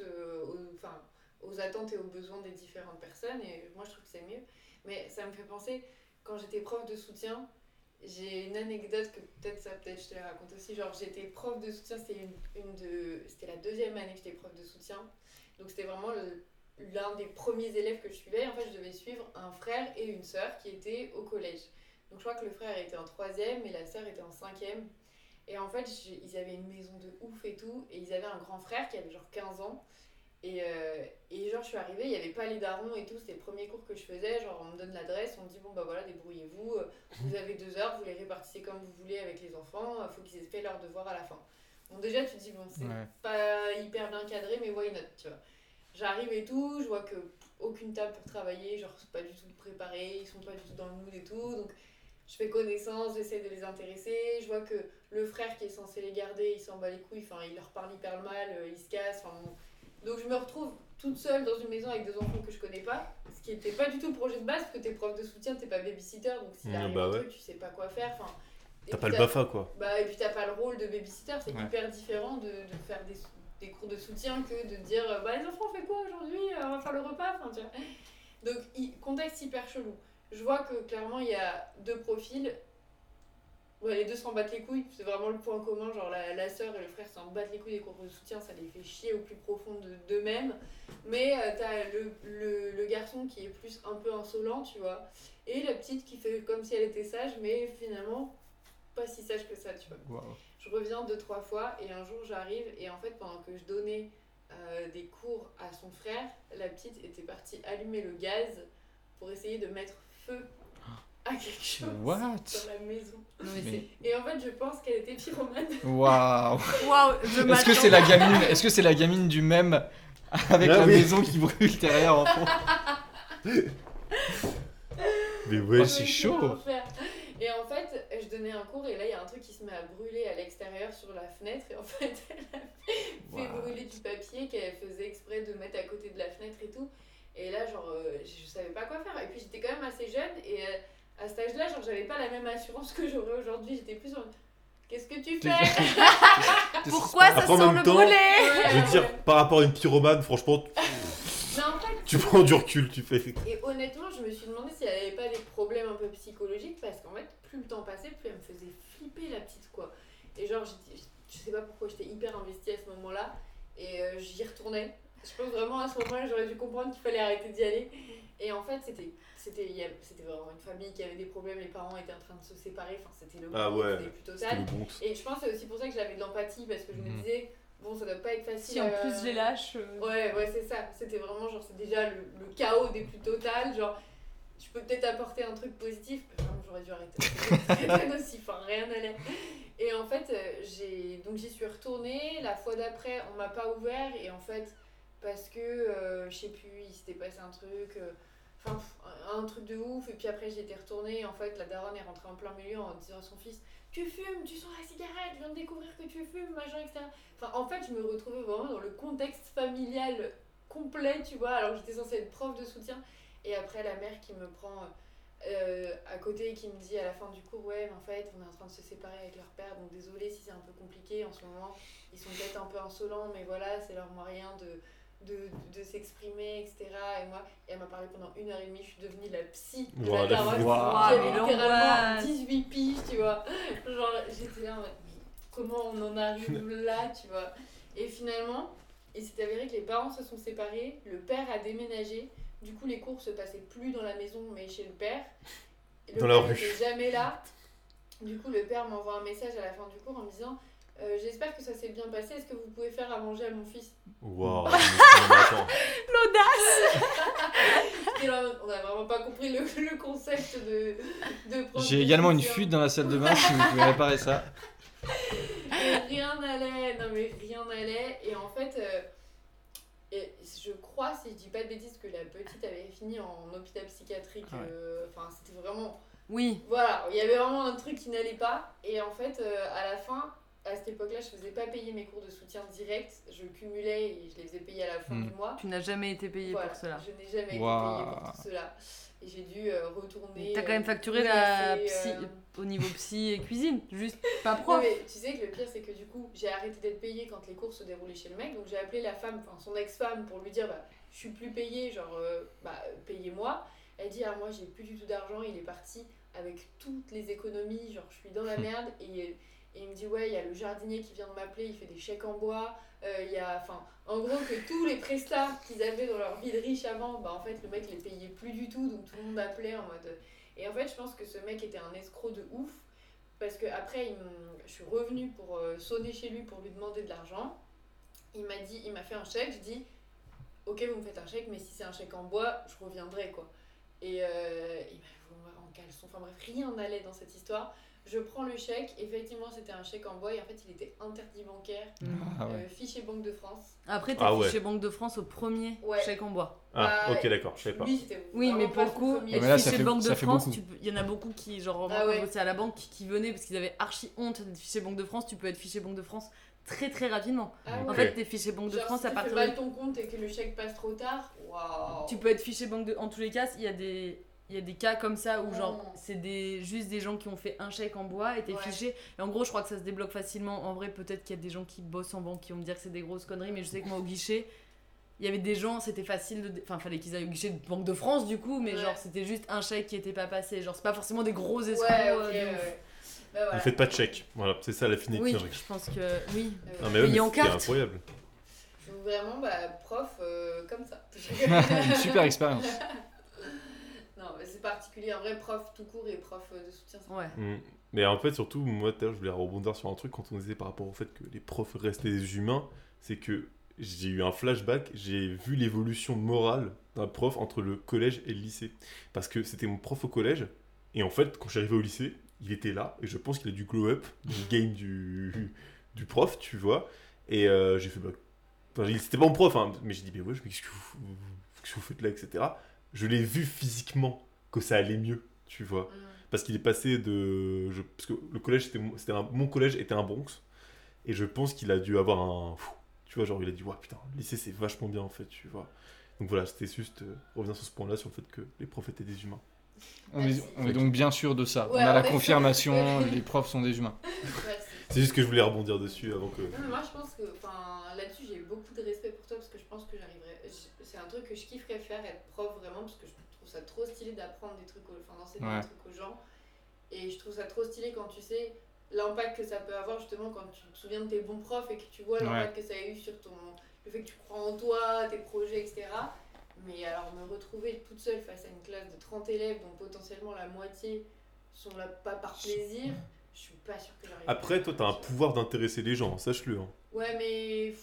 aux attentes et aux besoins des différentes personnes, et moi, je trouve que c'est mieux. Mais ça me fait penser, quand j'étais prof de soutien, j'ai une anecdote que peut-être je te la raconte aussi. Genre, j'étais prof de soutien, c'était la 2e année que j'étais prof de soutien. Donc, c'était vraiment l'un des premiers élèves que je suivais. En fait, je devais suivre un frère et une sœur qui étaient au collège. Donc, je crois que le frère était en 3e et la sœur était en 5e. Et en fait, ils avaient une maison de ouf et tout. Et ils avaient un grand frère qui avait genre 15 ans. Et genre, je suis arrivée, il n'y avait pas les darons et tout. C'était le premier cours que je faisais. Genre, on me donne l'adresse, on me dit bon, bah voilà, débrouillez-vous. Vous avez 2 heures, vous les répartissez comme vous voulez avec les enfants. Il faut qu'ils aient fait leur devoir à la fin. Donc, déjà, tu te dis bon, c'est pas hyper bien cadré, mais why not, tu vois. J'arrive et tout, je vois que aucune table pour travailler, genre, c'est pas du tout préparé, ils sont pas du tout dans le mood et tout. Donc, je fais connaissance, j'essaie de les intéresser. Je vois que le frère qui est censé les garder, il s'en bat les couilles, enfin, il leur parle hyper mal, il se casse. Donc je me retrouve toute seule dans une maison avec 2 enfants que je connais pas, ce qui était pas du tout le projet de base, parce que t'es prof de soutien, t'es pas babysitter, donc s'il arrive un truc, tu sais pas quoi faire. T'as pas le BAFA, quoi. Et puis t'as pas le rôle de babysitter, c'est hyper différent de faire des cours de soutien que de dire les enfants on fait quoi aujourd'hui, on va faire le repas, tu vois. Donc contexte hyper chelou. Je vois que clairement il y a 2 profils. Ouais, les 2 s'en battent les couilles, c'est vraiment le point commun, genre la sœur et le frère s'en battent les couilles des cours de soutien, ça les fait chier au plus profond d'eux-mêmes. Mais t'as le garçon qui est plus un peu insolent, tu vois, et la petite qui fait comme si elle était sage, mais finalement pas si sage que ça, tu vois. Wow. Je reviens 2-3 fois, et un jour j'arrive, et en fait pendant que je donnais des cours à son frère, la petite était partie allumer le gaz pour essayer de mettre feu à quelque chose What? dans la maison. Non, Et en fait, je pense qu'elle était pyromane. Waouh. Est-ce Est-ce que c'est la gamine du même avec la maison qui brûle derrière en fond? Mais ouais, c'est chaud. Et en fait, je donnais un cours et là, il y a un truc qui se met à brûler à l'extérieur sur la fenêtre. Et en fait, elle a fait brûler du papier qu'elle faisait exprès de mettre à côté de la fenêtre et tout. Et là, genre, je savais pas quoi faire. Et puis, j'étais quand même assez jeune et à cet âge-là, genre, j'avais pas la même assurance que j'aurais aujourd'hui. J'étais plus en... Qu'est-ce que tu fais? Pourquoi ça Après, en sent même le temps, brûlé? Je veux dire, par rapport à une pyromane, franchement, Mais en fait, tu prends du recul, tu fais. et honnêtement, je me suis demandé si elle avait pas des problèmes un peu psychologiques parce qu'en fait, plus le temps passait, plus elle me faisait flipper la petite, quoi. Et genre, je sais pas pourquoi j'étais hyper investie à ce moment-là et j'y retournais. Je pense vraiment à ce moment-là, j'aurais dû comprendre qu'il fallait arrêter d'y aller. Et en fait, c'était vraiment une famille qui avait des problèmes, les parents étaient en train de se séparer, enfin c'était le monde plus total. Et je pense que c'est aussi pour ça que j'avais de l'empathie parce que je me disais, bon, ça doit pas être facile. Si en plus je les lâche. Ouais, c'est ça. C'était vraiment genre, c'est déjà le chaos des plus totales. Genre, je peux peut-être apporter un truc positif. Enfin, j'aurais dû arrêter. C'était aussi, enfin, rien n'allait. Et en fait, j'y suis retournée. La fois d'après, on m'a pas ouvert. Et en fait, parce que, je sais plus, il s'était passé un truc. Enfin, un truc de ouf. Et puis après, j'y étais retournée. Et en fait, la daronne est rentrée en plein milieu en disant à son fils, tu fumes, tu sens la cigarette, je viens de découvrir que tu fumes, machin, etc. Enfin, en fait, je me retrouvais vraiment dans le contexte familial complet, tu vois. Alors, j'étais censée être prof de soutien. Et après, la mère qui me prend à côté et qui me dit à la fin du cours, ouais, mais en fait, on est en train de se séparer avec leur père, donc désolé si c'est un peu compliqué en ce moment. Ils sont peut-être un peu insolents, mais voilà, c'est leur moyen de s'exprimer, etc. Et elle m'a parlé pendant 1h30, je suis devenue la psy de la daronne. J'avais littéralement 18 piges, tu vois. Genre, j'étais là, mais comment on en arrive là, tu vois. Et finalement, il s'est avéré que les parents se sont séparés, le père a déménagé, du coup les cours se passaient plus dans la maison mais chez le père. Le dans la père rue. n'était jamais là. Du coup, le père m'envoie un message à la fin du cours en me disant j'espère que ça s'est bien passé, est-ce que vous pouvez faire à manger à mon fils? Waouh, L'audace. On a vraiment pas compris le concept de J'ai également une fuite dans la salle de bain si vous pouvez réparer ça. Et rien n'allait, non mais rien n'allait. Et en fait, et je crois, si je dis pas de bêtises, que la petite avait fini en hôpital psychiatrique. Enfin, c'était vraiment... Oui. Voilà, il y avait vraiment un truc qui n'allait pas. Et en fait, à la fin, à cette époque-là, je faisais pas payer mes cours de soutien direct, je cumulais et je les faisais payer à la fin du mois. Tu n'as jamais été payé Voilà, pour cela. je n'ai jamais été payée pour tout cela. Et j'ai dû retourner. T'as quand même facturé la psy, au niveau psy et cuisine, juste pas prof. Non, mais tu sais que le pire, c'est que du coup, j'ai arrêté d'être payée quand les cours se déroulaient chez le mec. Donc j'ai appelé la femme, enfin son ex-femme, pour lui dire bah, je suis plus payée, genre payez-moi. Elle dit ah, moi j'ai plus du tout d'argent, il est parti avec toutes les économies, genre je suis dans la merde. Et il me dit ouais, il y a le jardinier qui vient de m'appeler, il fait des chèques en bois. Il y a, enfin, en gros, que tous les prestats qu'ils avaient dans leur vie de riche avant, bah en fait, le mec les payait plus du tout, donc tout le monde m'appelait en mode. Et en fait, je pense que ce mec était un escroc de ouf, parce que après, je suis revenue pour sonner chez lui pour lui demander de l'argent. Il m'a fait un chèque, je dis, ok, vous me faites un chèque, mais si c'est un chèque en bois, je reviendrai quoi. Et il m'a en caleçon, enfin bref, rien n'allait dans cette histoire. Je prends le chèque, effectivement c'était un chèque en bois et en fait il était interdit bancaire, fichier Banque de France. Après t'es fichier Banque de France au premier chèque en bois. Ah ok d'accord, je savais pas. Oui mais pour le coup, les fichiers Banque de France, il y en a beaucoup qui, genre moi quand bossais à la banque, qui venaient parce qu'ils avaient archi honte des fichiers Banque de France, tu peux être fichier Banque de France très très rapidement. En fait t'es fichier Banque de France si à partir de... tu fais mal ton compte et que le chèque passe trop tard, waouh. Tu peux être fichier Banque de... En tous les cas, il y a des cas comme ça où genre c'est juste des gens qui ont fait un chèque en bois et t'es fiché. Et en gros, je crois que ça se débloque facilement. En vrai, peut-être qu'il y a des gens qui bossent en banque qui vont me dire que c'est des grosses conneries, mais je sais que moi au guichet, il y avait des gens, c'était facile de... Enfin, fallait qu'ils aillent au guichet de Banque de France du coup, mais genre c'était juste un chèque qui était pas passé. Genre c'est pas forcément des gros escrocs. Bah, voilà. Ne faites pas de chèque, voilà, c'est ça la finalité. Oui, je pense que oui. Non, mais payez en carte. C'est incroyable. Vraiment, prof comme ça. Une super expérience. Non, mais c'est particulier. En vrai, prof tout court et prof de soutien. Ouais. Mais en fait, surtout, moi, tout à l'heure, je voulais rebondir sur un truc quand on disait par rapport au fait que les profs restaient des humains. C'est que j'ai eu un flashback, j'ai vu l'évolution morale d'un prof entre le collège et le lycée. Parce que c'était mon prof au collège. Et en fait, quand je suis arrivé au lycée, il était là. Et je pense qu'il a dû glow up dans le game du prof, tu vois. Et j'ai fait... Enfin, c'était pas mon prof, hein, mais j'ai dit, mais ouais, qu'est-ce que vous faites là, etc. Je l'ai vu physiquement que ça allait mieux, tu vois. Parce qu'il est passé de... parce que le collège, mon collège était un Bronx. Et je pense qu'il a dû avoir un... Tu vois, genre, il a dit, ouais, putain, le lycée, c'est vachement bien, en fait, tu vois. Donc voilà, c'était juste revenir sur ce point-là, sur le fait que les profs étaient des humains. On est donc bien sûr de ça. On a la confirmation, les profs sont des humains. C'est juste que je voulais rebondir dessus avant que... Non, mais moi, je pense que... là-dessus, j'ai beaucoup de respect pour toi parce que je pense que j'arriverais... C'est un truc que je kifferais faire, être prof, vraiment, parce que je trouve ça trop stylé d'apprendre des trucs, d'enseigner des trucs aux gens. Et je trouve ça trop stylé quand tu sais l'impact que ça peut avoir, justement, quand tu te souviens de tes bons profs et que tu vois l'impact que ça a eu sur le fait que tu crois en toi, tes projets, etc. Mais alors, me retrouver toute seule face à une classe de 30 élèves, dont potentiellement la moitié sont là pas par plaisir... Je suis pas sûre que j'arrive. Après, toi, t'as un pouvoir d'intéresser les gens, sache-le. Hein. Ouais, mais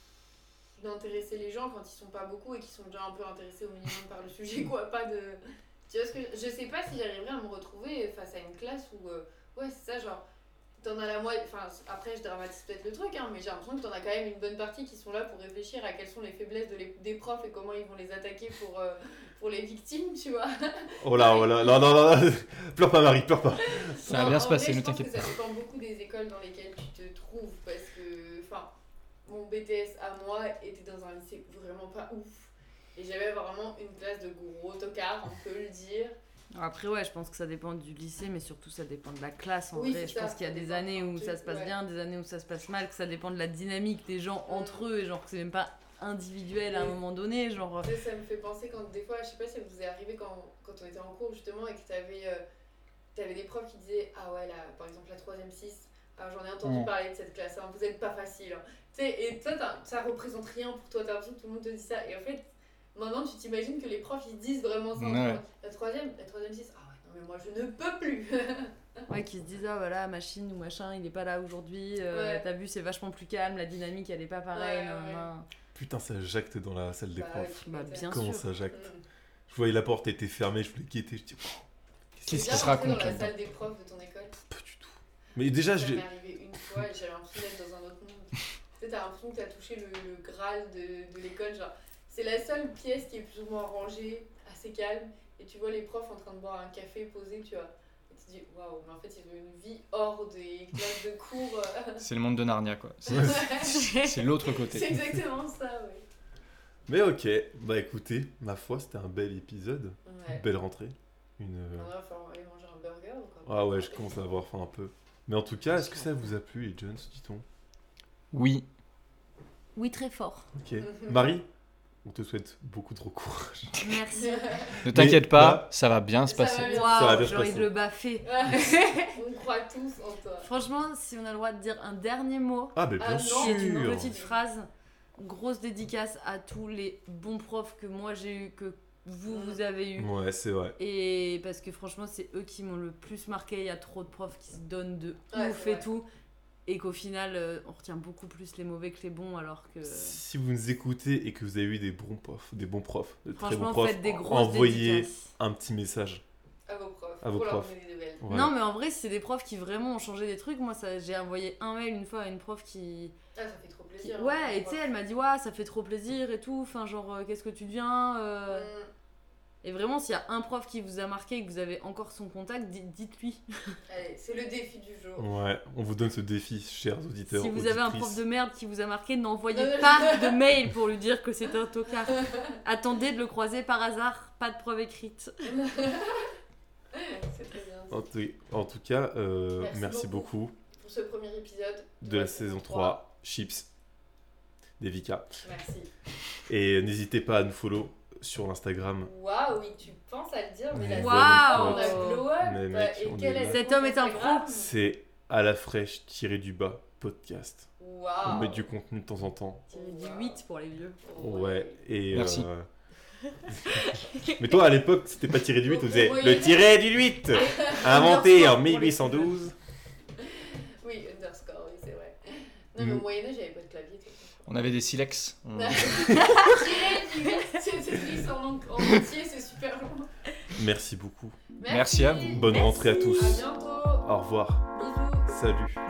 d'intéresser les gens quand ils sont pas beaucoup et qui sont déjà un peu intéressés au minimum par le sujet, quoi. Pas de. Tu vois ce que je sais pas si j'arriverais à me retrouver face à une classe où. Ouais, c'est ça, genre. T'en as la moitié. Enfin, après, je dramatise peut-être le truc, hein, mais j'ai l'impression que t'en as quand même une bonne partie qui sont là pour réfléchir à quelles sont les faiblesses des profs et comment ils vont les attaquer pour les victimes, tu vois. Oh là, non. Pleure pas, Marie, pleure pas. Ça va bien se passer, ne t'inquiète pas. Ça dépend beaucoup des écoles dans lesquelles tu te trouves, parce que, enfin, mon BTS à moi était dans un lycée vraiment pas ouf. Et j'avais vraiment une classe de gros tocards, on peut le dire. Après, ouais, je pense que ça dépend du lycée, mais surtout ça dépend de la classe. En vrai, je pense qu'il y a des années où ça se passe bien, des années où ça se passe mal, que ça dépend de la dynamique des gens entre eux, et genre que c'est même pas individuel à un moment donné, genre... Ça me fait penser quand des fois, je sais pas si ça vous est arrivé quand on était en cours justement et que t'avais des profs qui disaient ah ouais, là, par exemple la 3ème 6, j'en ai entendu parler de cette classe, hein, vous êtes pas facile. Hein. Et toi, ça représente rien pour toi, t'as l'impression que tout le monde te dit ça. Et en fait, maintenant tu t'imagines que les profs ils disent vraiment ça. La 3ème 6, ah ouais, non mais moi je ne peux plus. Ouais, qui se disent ah voilà, machine ou machin, il est pas là aujourd'hui, t'as vu, c'est vachement plus calme, la dynamique elle est pas pareille. Putain, ça jacte dans la salle des profs. Bien Comment sûr. ça jacte Je voyais la porte était fermée, je voulais quitter, je dis qu'est-ce qui se raconte dans la salle des profs de ton école? Pas du tout. Mais déjà, ça m'est arrivé une fois et j'avais l'impression d'être dans un autre monde. Tu sais, t'as l'impression que t'as touché le Graal de l'école, genre c'est la seule pièce qui est plus ou moins rangée, assez calme, et tu vois les profs en train de boire un café posé, tu vois. te dis waouh, mais en fait, ils ont une vie hors des classes de cours. C'est le monde de Narnia, quoi. C'est l'autre côté. C'est exactement ça, oui. Mais ok, bah écoutez, ma foi, c'était un bel épisode. Ouais. Belle rentrée. On va falloir aller manger un burger ou quoi. Ah ouais, je commence à avoir faim un peu. Mais en tout cas, est-ce que ça vous a plu, les Jones, dit-on? Oui. Oui, très fort. Ok. Marie, on te souhaite beaucoup de courage. Merci. Ne t'inquiète Mais, pas, là, ça va bien se ça va passer. bien. Ça va Waouh, bien j'ai se envie passer. de le baffer. On croit tous en toi. Franchement, si on a le droit de dire un dernier mot, Ah, mais bien Ah non. sûr. qui est une petite phrase, grosse dédicace à tous les bons profs que moi j'ai eu, que vous avez eu. Ouais, c'est vrai. Et parce que franchement, c'est eux qui m'ont le plus marqué. Il y a trop de profs qui se donnent de Ouais, ouf c'est et vrai. tout. Et qu'au final, on retient beaucoup plus les mauvais que les bons, alors que... Si vous nous écoutez et que vous avez eu des bons profs, de très bons Franchement, profs, faites des grosses envoyez dédicaces. un petit message. À vos profs. À vos pour leur profs. donner des nouvelles. Voilà. Non, mais en vrai, c'est des profs qui vraiment ont changé des trucs. Moi, j'ai envoyé un mail une fois à une prof qui... Ah, ça fait trop plaisir. Ouais, et tu sais, elle m'a dit, ouais, ça fait trop plaisir et tout. Enfin, genre, qu'est-ce que tu deviens Et vraiment, s'il y a un prof qui vous a marqué et que vous avez encore son contact, dites-lui. Allez, c'est le défi du jour. Ouais, on vous donne ce défi, chers auditeurs. Si vous avez un auditrices. prof de merde qui vous a marqué, n'envoyez pas de mail pour lui dire que c'est un tocard. Attendez de le croiser par hasard, pas de preuve écrite. C'est très bien. En tout cas, Merci merci beaucoup Pour ce premier épisode de la saison 3, Chips, d'Evika. Merci. Et n'hésitez pas à nous follow sur l'Instagram. Waouh, oui, tu penses à le dire, mais la Waouh. saison, on a glow up. Mais mec, et on quel est est là. Cet homme est un Instagram pro. C'est à la fraîche _du-bas podcast. Waouh. On met du contenu de temps en temps. Tiré du 8 pour les vieux. Ouais, et Merci. Mais toi, à l'époque, c'était pas tiré du 8, on disait Oui. le tiré du 8 inventé en Underscore pour les 1812. Oui, underscore, oui, c'est vrai. Non, mais au Moyen-Âge, j'avais pas de clavier. On avait des silex. C'est écrit en entier, c'est super long. Merci beaucoup. Merci à vous. Bonne rentrée à tous. À bientôt. Au revoir. Bisous. Salut.